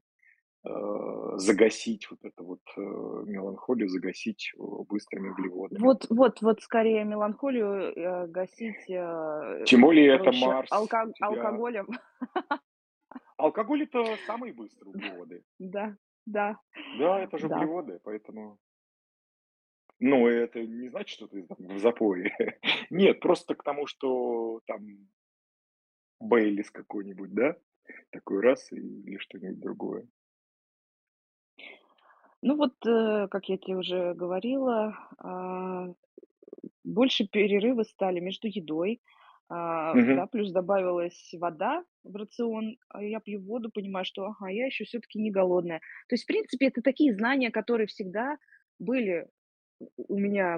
загасить вот эту вот, меланхолию, загасить, быстрыми углеводами. Вот скорее меланхолию, гасить, Тем более это проще Марс у тебя. алкоголем. Алкоголь — это самые быстрые углеводы. Да, да, Да, это же да. углеводы, поэтому. Но это не значит, что ты там в запое. Нет, просто к тому, что там Бейлис какой-нибудь, да? Такой раз или что-нибудь другое. Ну вот, как я тебе уже говорила, больше перерывы стали между едой, Мгм. да, плюс добавилась вода в рацион, я пью воду, понимаю, что, ага, я еще все-таки не голодная. То есть, в принципе, это такие знания, которые всегда были у меня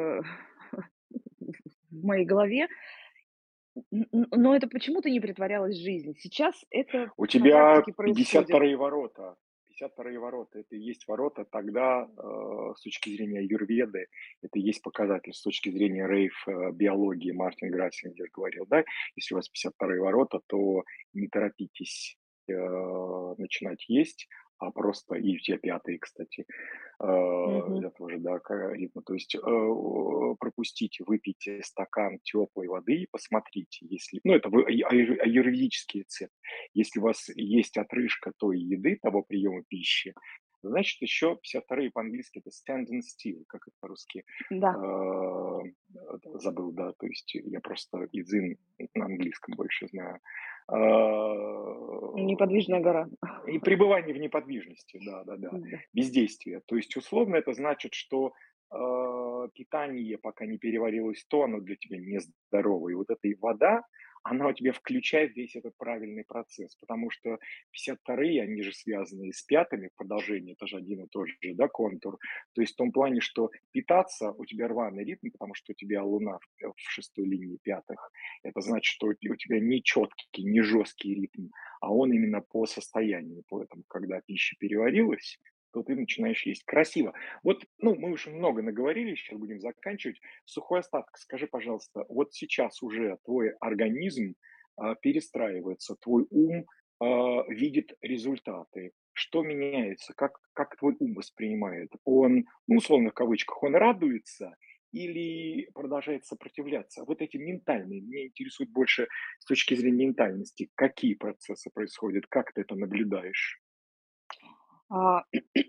в моей голове, но это почему-то не претворялось в жизнь. Сейчас это У на тебя практике 50 происходит. ворота. 50 ворота — это и есть ворота. Тогда, с точки зрения аюрведы, это и есть показатель. С точки зрения биологии, Мартин Грассингер говорил, да, если у вас 50 ворота, то не торопитесь начинать есть, а просто, и у тебя 5, кстати, Мгм. для того же, да, ритма. То есть пропустите, выпейте стакан теплой воды и посмотрите, если, ну, это аюрведический рецепт. Если у вас есть отрыжка той еды, того приема пищи, значит, еще 52 по-английски это stand and still, как это по-русски, Да, э, забыл, да, то есть я просто язык на английском больше знаю. неподвижная гора. И пребывание в неподвижности, да-да-да, Да. бездействие. То есть, условно, это значит, что питание, пока не переварилось, то оно для тебя нездоровое. И вот эта и вода, она у тебя включает весь этот правильный процесс, потому что 52-е, они же связаны и с пятыми, продолжение, это же один и тот же, да, контур. То есть в том плане, что питаться у тебя рваный ритм, потому что у тебя Луна в шестой линии пятых. Это значит, что у тебя не четкий, не жесткий ритм, а он именно по состоянию. Поэтому, когда пища переварилась, то ты начинаешь есть красиво. Вот, ну, мы уже много наговорили, сейчас будем заканчивать. Сухой остаток, скажи, пожалуйста, вот сейчас уже твой организм перестраивается, твой ум видит результаты. Что меняется? Как твой ум воспринимает? Он, ну, условно, в кавычках, он радуется или продолжает сопротивляться? Вот эти ментальные, меня интересует больше с точки зрения ментальности, какие процессы происходят, как ты это наблюдаешь? А,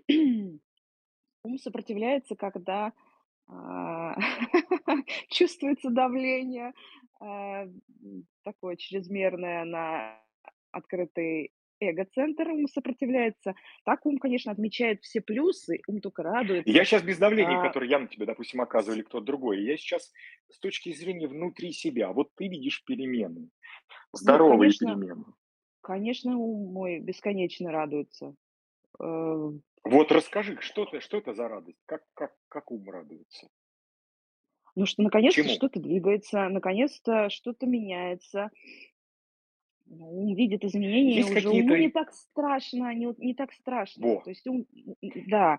ум сопротивляется, когда, а, чувствуется давление, такое чрезмерное на открытый эго-центр, ум сопротивляется. Так ум, конечно, отмечает все плюсы, ум только Я радуется. сейчас без давления, А, которое я на тебя, допустим, оказываю, или кто-то другой. Я сейчас с точки зрения внутри себя. Вот ты видишь перемены, ну, здоровые конечно, перемены. конечно, ум мой бесконечно радуется. Э, Вот расскажи, что это за радость? Как ум радуется? ну, что наконец-то Чему? что-то двигается, наконец-то что-то меняется. Ну, ум видит изменения Есть уже, какие-то... уму не так страшно, не так страшно. Во. То есть да,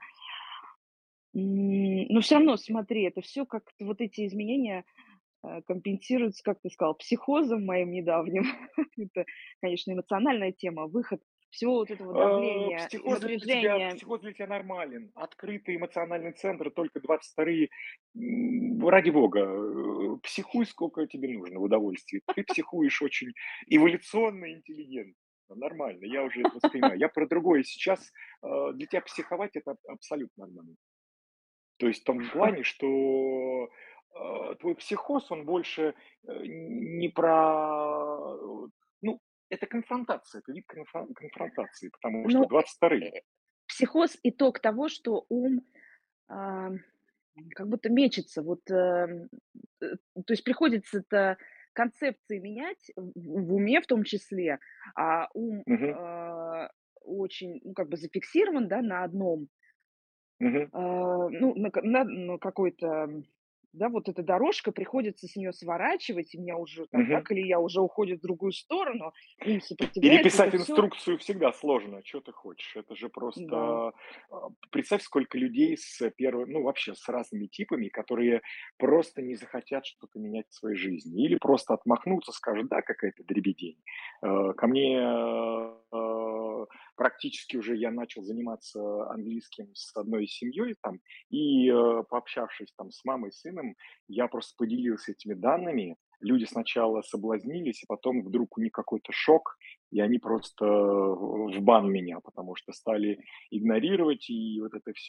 но все равно, смотри, это все как-то вот эти изменения, компенсируются, как ты сказал, психозом моим недавним. Это, конечно, эмоциональная тема, выход всего вот этого давления и напряжения. Психоз для тебя нормален. Открытый эмоциональный центр, только 22-е. Ради бога, психуй сколько тебе нужно в удовольствии. Ты психуешь очень эволюционно и интеллигентно. Нормально, я уже это воспринимаю. Я про другое. Сейчас для тебя психовать это абсолютно нормально. То есть в том плане, что твой психоз, он больше не про... Ну, это конфронтация, это вид конфронтации, потому что Ну, 22-й. психоз — итог того, что ум, а, как будто мечется. Вот, то есть приходится концепции менять в уме в том числе, а ум, Мгм, очень, ну, как бы зафиксирован, да, на одном. мгм, Ну, на какой-то, да, вот эта дорожка, приходится с нее сворачивать, и меня уже там, да, мгм. колея уже уходит в другую сторону, ум сопротивляется. Это Переписать все, инструкцию всегда сложно. Что ты хочешь? Это же да. просто... Представь, сколько людей с первым, ну, вообще с разными типами, которые просто не захотят что-то менять в своей жизни. Или просто отмахнутся, скажут, да, какая-то дребедень. Ко мне практически уже я начал заниматься английским с одной семьей там, и пообщавшись там с мамой, сыном, я просто поделился этими данными. Люди сначала соблазнились, а потом вдруг у них какой-то шок, и они просто в бан меня, потому что стали игнорировать, и вот это все.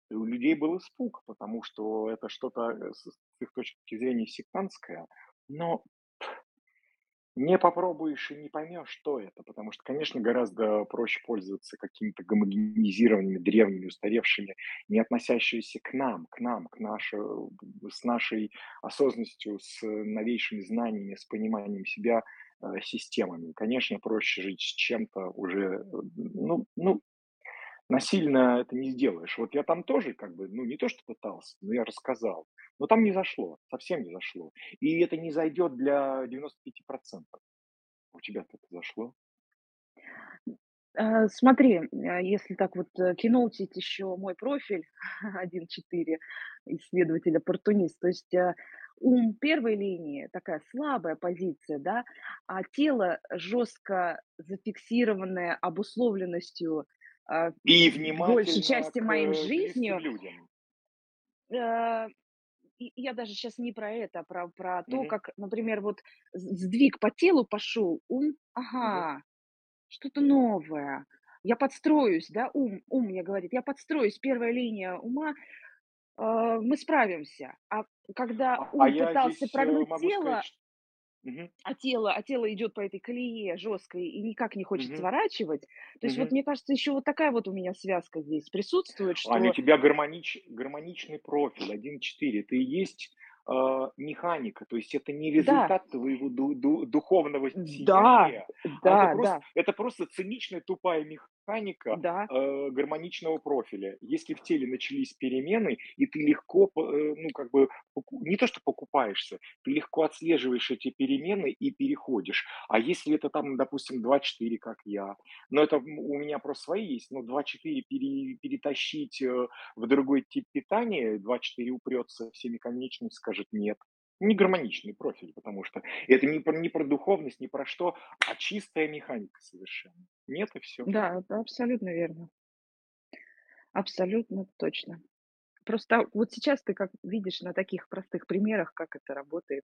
И у людей был испуг, потому что это что-то, с их точки зрения сектантское. Но не попробуешь и не поймешь, что это. Потому что, конечно, гораздо проще пользоваться какими-то гомогенизированными, древними, устаревшими, не относящимися к нашей, с нашей осознанностью, с новейшими знаниями, с пониманием себя системами. Конечно, проще жить с чем-то уже, ну, насильно это не сделаешь. Вот я там тоже как бы, ну, не то что пытался, но я рассказал. Но там не зашло, совсем не зашло. И это не зайдет для 95%. У тебя-то это зашло? Смотри, если так вот, кинултить еще мой профиль 1.4 исследователь-оппортунист, то есть, ум первой линии- такая слабая позиция, да, а тело жестко зафиксированное обусловленностью, И большей внимательно части к моей близким жизнью. людям. Э, и я даже сейчас не про это, а про то, Мгм, как, например, вот сдвиг по телу пошел, ум: мгм. "Ага, что-то новое. Я подстроюсь", да, ум мне говорит: "Я подстроюсь". Первая линия ума, мы справимся. А когда А ум я пытался здесь прогнуть могу сказать, тело, что... Мгм, а тело идет по этой колее жесткой и никак не хочет мгм, сворачивать. То есть вот мгм. мне кажется, еще вот такая вот у меня связка здесь присутствует, Ань, у что тебя гармоничный профиль 1.4. Это и есть механика, то есть это не да, результат твоего духовного да, сияния, а да, да, это просто циничная тупая механика да, гармоничного профиля. Если в теле начались перемены, и ты легко, ну, как бы, не то что покупаешься, ты легко отслеживаешь эти перемены и переходишь. А если это там, допустим, 2.4, как я, но это у меня просто свои есть, но 2.4 перетащить в другой тип питания, 2.4 упрется всеми конечностями, скажет нет. Не гармоничный профиль, потому что это не про духовность, не про что, а чистая механика совершенно. Нет и все. да, это абсолютно верно. Абсолютно точно. Просто вот сейчас ты как видишь на таких простых примерах, как это работает.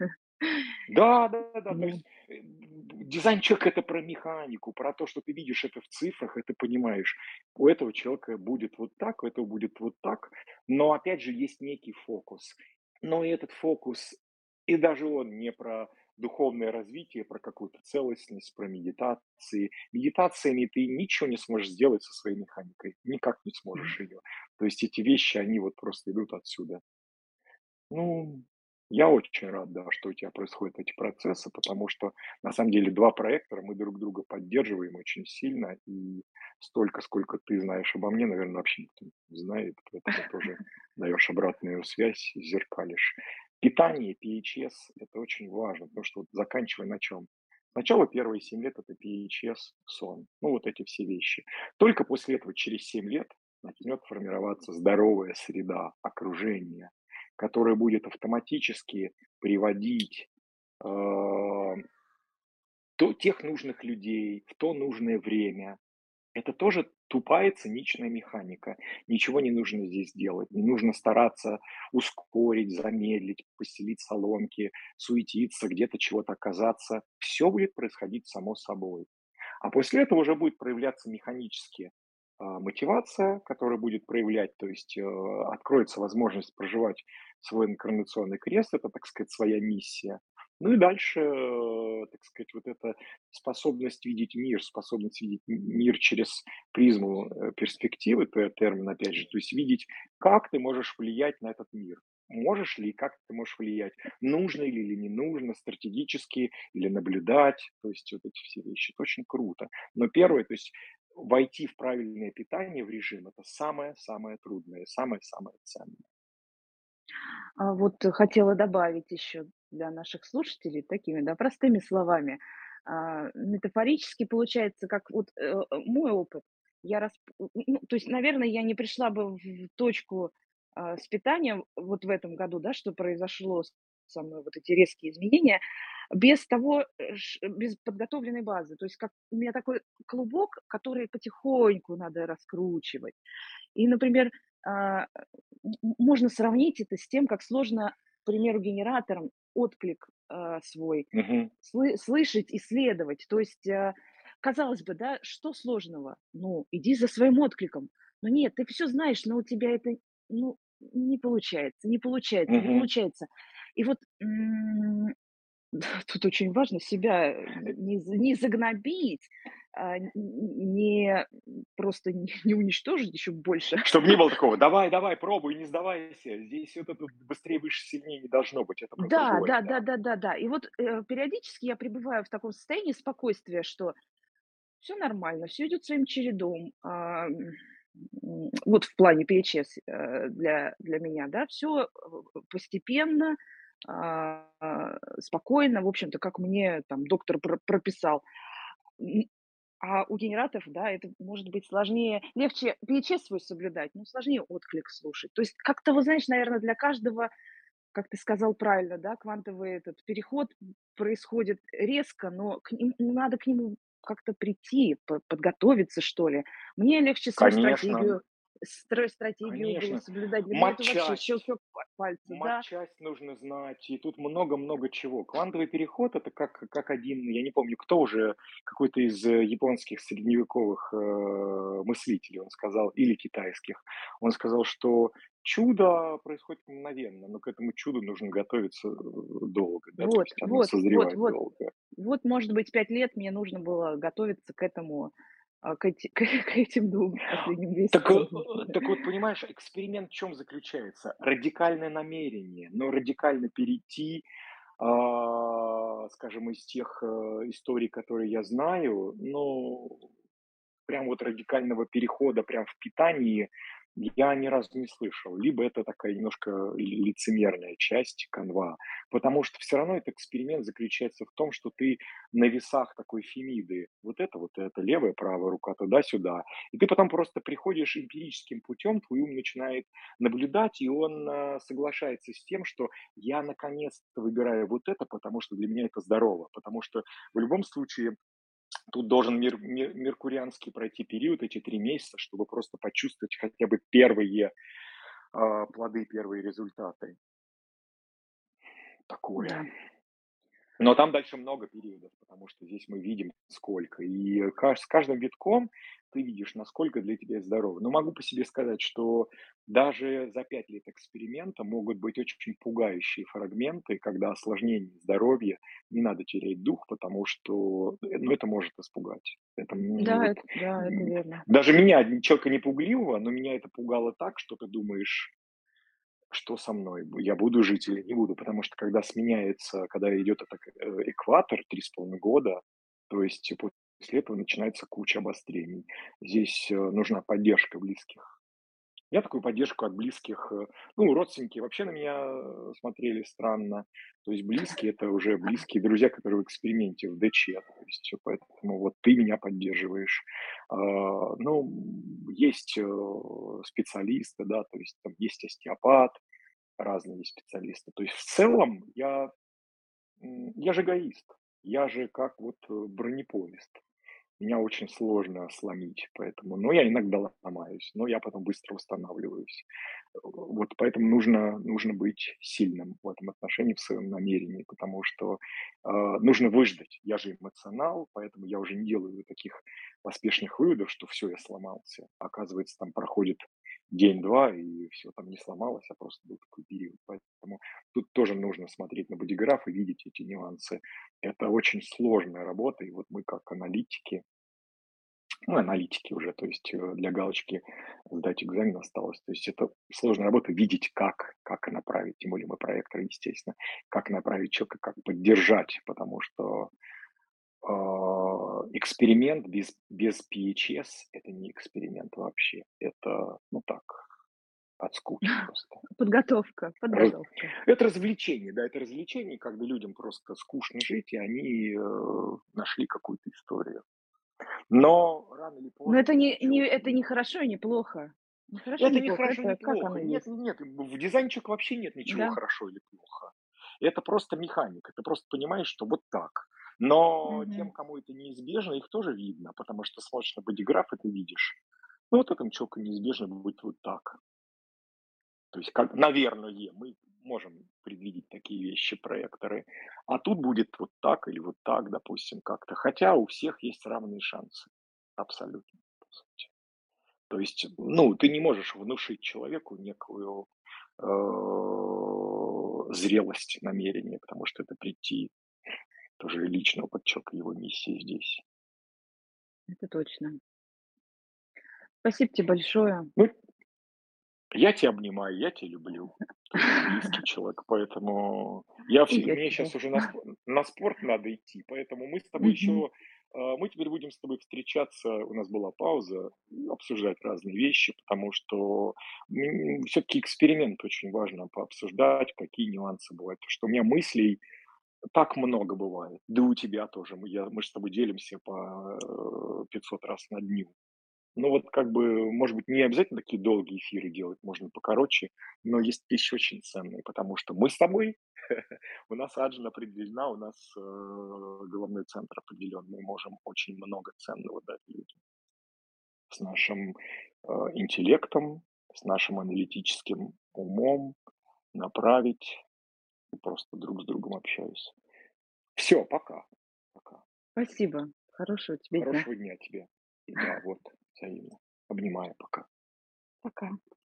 Да, да, да, то Да. есть дизайн человека это про механику, про то, что ты видишь это в цифрах, и ты понимаешь, у этого человека будет вот так, у этого будет вот так, но опять же есть некий фокус. Но и этот фокус, и даже он не про духовное развитие, про какую-то целостность, про медитации. Медитациями ты ничего не сможешь сделать со своей механикой, никак не сможешь ее. То есть эти вещи, они вот просто идут отсюда. Ну, я очень рад, да, что у тебя происходят эти процессы, потому что на самом деле 2 проектора, мы друг друга поддерживаем очень сильно, и столько, сколько ты знаешь обо мне, наверное, вообще никто не знает, поэтому тоже даешь обратную связь, зеркалишь. Питание, PHS - это очень важно, потому что вот заканчивая на чем? Сначала первые 7 лет - это PHS, сон, ну, вот эти все вещи. Только после этого, через 7 лет, начнет формироваться здоровая среда, окружение, которая будет автоматически приводить, а, тех нужных людей в то нужное время. Это тоже тупая циничная механика. Ничего не нужно здесь делать. Не нужно стараться ускорить, замедлить, постелить соломки, суетиться, где-то чего-то оказаться. Все будет происходить само собой. А после этого уже будет проявляться механически мотивация, которая будет проявлять, то есть откроется возможность проживать свой инкарнационный крест, это, так сказать, своя миссия. Ну и дальше, так сказать, вот эта способность видеть мир, способность видеть мир через призму перспективы, термин, опять же, то есть видеть, как ты можешь влиять на этот мир. Можешь ли, как ты можешь влиять, нужно или не нужно, стратегически или наблюдать, то есть вот эти все вещи. Это очень круто. Но первое, то есть войти в правильное питание, в режим - это самое-самое трудное, самое-самое ценное. Вот хотела добавить еще для наших слушателей такими, да, простыми словами. Метафорически получается, как вот, мой опыт. Ну, то есть, наверное, я не пришла бы в точку, с питанием вот в этом году, да, что произошло со мной, вот эти резкие изменения, без того, без подготовленной базы. То есть как у меня такой клубок, который потихоньку надо раскручивать. И, например, а, можно сравнить это с тем, как сложно, к примеру, генератором отклик, свой Мгм. слышать, исследовать. То есть, казалось бы, да, что сложного? Ну, иди за своим откликом. ну нет, ты все знаешь, но у тебя это, ну, не получается, не получается, не Мгм. получается. И вот, тут очень важно себя не загнобить, не просто не уничтожить еще больше. Чтобы не было такого: "Давай, давай, пробуй, не сдавайся". Здесь вот это быстрее, выше, сильнее не должно быть. Это про Да, другое, да, да. да, да, да, да. И вот, периодически я пребываю в таком состоянии спокойствия, что все нормально, все идет своим чередом. Вот в плане ПＨС, для меня, да, все постепенно, спокойно, в общем-то, как мне там доктор прописал. М, а у генератов, да, это может быть сложнее. Легче ПХС свой соблюдать, но сложнее отклик слушать. То есть как-то, вот знаешь, наверное, для каждого, как ты сказал правильно, да, квантовый этот переход происходит резко, но надо к нему как-то прийти, подготовиться, что ли. Мне легче Конечно, строю стратегию, буду конечно. соблюдать. Для меня это вообще Матчасть. щелчок пальца, да. Матчасть нужно знать, и тут много-много чего. Квантовый переход — это как один, я не помню, кто уже, какой-то из японских средневековых мыслителей, он сказал, или китайских. Он сказал, что чудо происходит мгновенно, но к этому чуду нужно готовиться долго, да, то Вот, есть оно вот, вот, созревает вот. долго. Вот, может быть, 5 лет мне нужно было готовиться к этому, к этим 2 последним Так, месяцам. так вот, понимаешь, эксперимент в чем заключается? Радикальное намерение, но радикально перейти, скажем, из тех, историй, которые я знаю, ну, прям вот радикального перехода прям в питании я ни разу не слышал. Либо это такая немножко лицемерная часть канва, потому что все равно этот эксперимент заключается в том, что ты на весах такой Фемиды, вот это, левая, правая рука, туда-сюда, и ты потом просто приходишь эмпирическим путем, твой ум начинает наблюдать, и он соглашается с тем, что я наконец-то выбираю вот это, потому что для меня это здорово, потому что в любом случае тут должен меркурианский пройти период, эти 3 месяца, чтобы просто почувствовать хотя бы первые, плоды, первые результаты. Такое. Да. Но там дальше много периодов, потому что здесь мы видим сколько. И с каждым витком ты видишь, насколько для тебя здорово. Но могу по себе сказать, что даже за 5 лет эксперимента могут быть очень пугающие фрагменты, когда осложнение здоровья, не надо терять дух, потому что ну, это может испугать. Это, ну, вот, Да, это верно. даже меня, человека не пугливого, но меня это пугало так, что ты думаешь, что со мной? Я буду жить или не буду? Потому что когда сменяется, когда идет этот экватор 3,5 года, то есть после этого начинается куча обострений. Здесь нужна поддержка близких. Я такую поддержку от близких, ну, родственники вообще на меня смотрели странно. То есть близкие — это уже близкие друзья, которые в эксперименте, в ДЧ. То есть поэтому вот ты меня поддерживаешь. Ну, есть специалисты, да, то есть там есть остеопат, разные есть специалисты. То есть в целом я же эгоист. Я же как вот бронепоезд. Меня очень сложно сломить, поэтому, ну, я иногда ломаюсь, но я потом быстро восстанавливаюсь. Вот поэтому нужно быть сильным в этом отношении, в своем намерении, потому что нужно выждать. Я же эмоционал, поэтому я уже не делаю таких поспешных выводов, что все, я сломался. Оказывается, там проходит день-два, и все там не сломалось, а просто был такой период. Поэтому тут тоже нужно смотреть на бодиграф и видеть эти нюансы. Это очень сложная работа, и вот мы как аналитики, ну, аналитики уже, то есть для галочки сдать экзамен осталось. То есть это сложная работа видеть, как направить, тем более мы проекторы, естественно, как направить человека, как поддержать, потому что эксперимент без PHS — это не эксперимент вообще, это, ну так, от скуки просто. Подготовка, Раз- подготовка. Это развлечение, да, это развлечение, когда людям просто скучно жить, и они нашли какую-то историю. Но рано или Но поздно это этот человек это не умрет. хорошо и не плохо. Не хорошо и Это не не плохо. хорошо, не Это как плохо. оно Нет, есть. нет, в дизайне человека вообще нет ничего Да. хорошо или плохо. Это просто механика. Ты просто понимаешь, что вот так. Но Мгм. тем, кому это неизбежно, их тоже видно, потому что смотришь на бодиграф, и ты видишь. Ну, вот этому человеку неизбежно будет вот так. То есть, как, наверное, мы можем предвидеть такие вещи, проекторы. А тут будет вот так или вот так, допустим, как-то. Хотя у всех есть равные шансы. Абсолютно. По сути. То есть, ну, ты не можешь внушить человеку некую зрелость намерения, потому что это прийти тоже личного подчерка его миссии здесь. Это точно. Спасибо тебе большое. Ну, я тебя обнимаю, я тебя люблю. Ты мне близкий человек, поэтому И я мне тебя. сейчас уже на спорт надо идти, поэтому мы с тобой Мгм. еще, мы теперь будем с тобой встречаться, у нас была пауза, обсуждать разные вещи, потому что все-таки эксперимент очень важно пообсуждать, какие нюансы бывают. Потому что у меня мыслей так много бывает, да и у тебя тоже. Мы же с тобой делимся по 500 раз на дню. Ну вот как бы, может быть, не обязательно такие долгие эфиры делать, можно покороче, но есть вещи очень ценные, потому что мы с тобой, у нас аджина определена, у нас головной центр определен, мы можем очень много ценного дать людям с нашим интеллектом, с нашим аналитическим умом, направить, просто друг с другом общаясь. Все, пока. Пока. Спасибо. Хорошего тебе дня. Хорошего дня тебе. Да, вот, взаимно. Обнимаю, пока. Пока.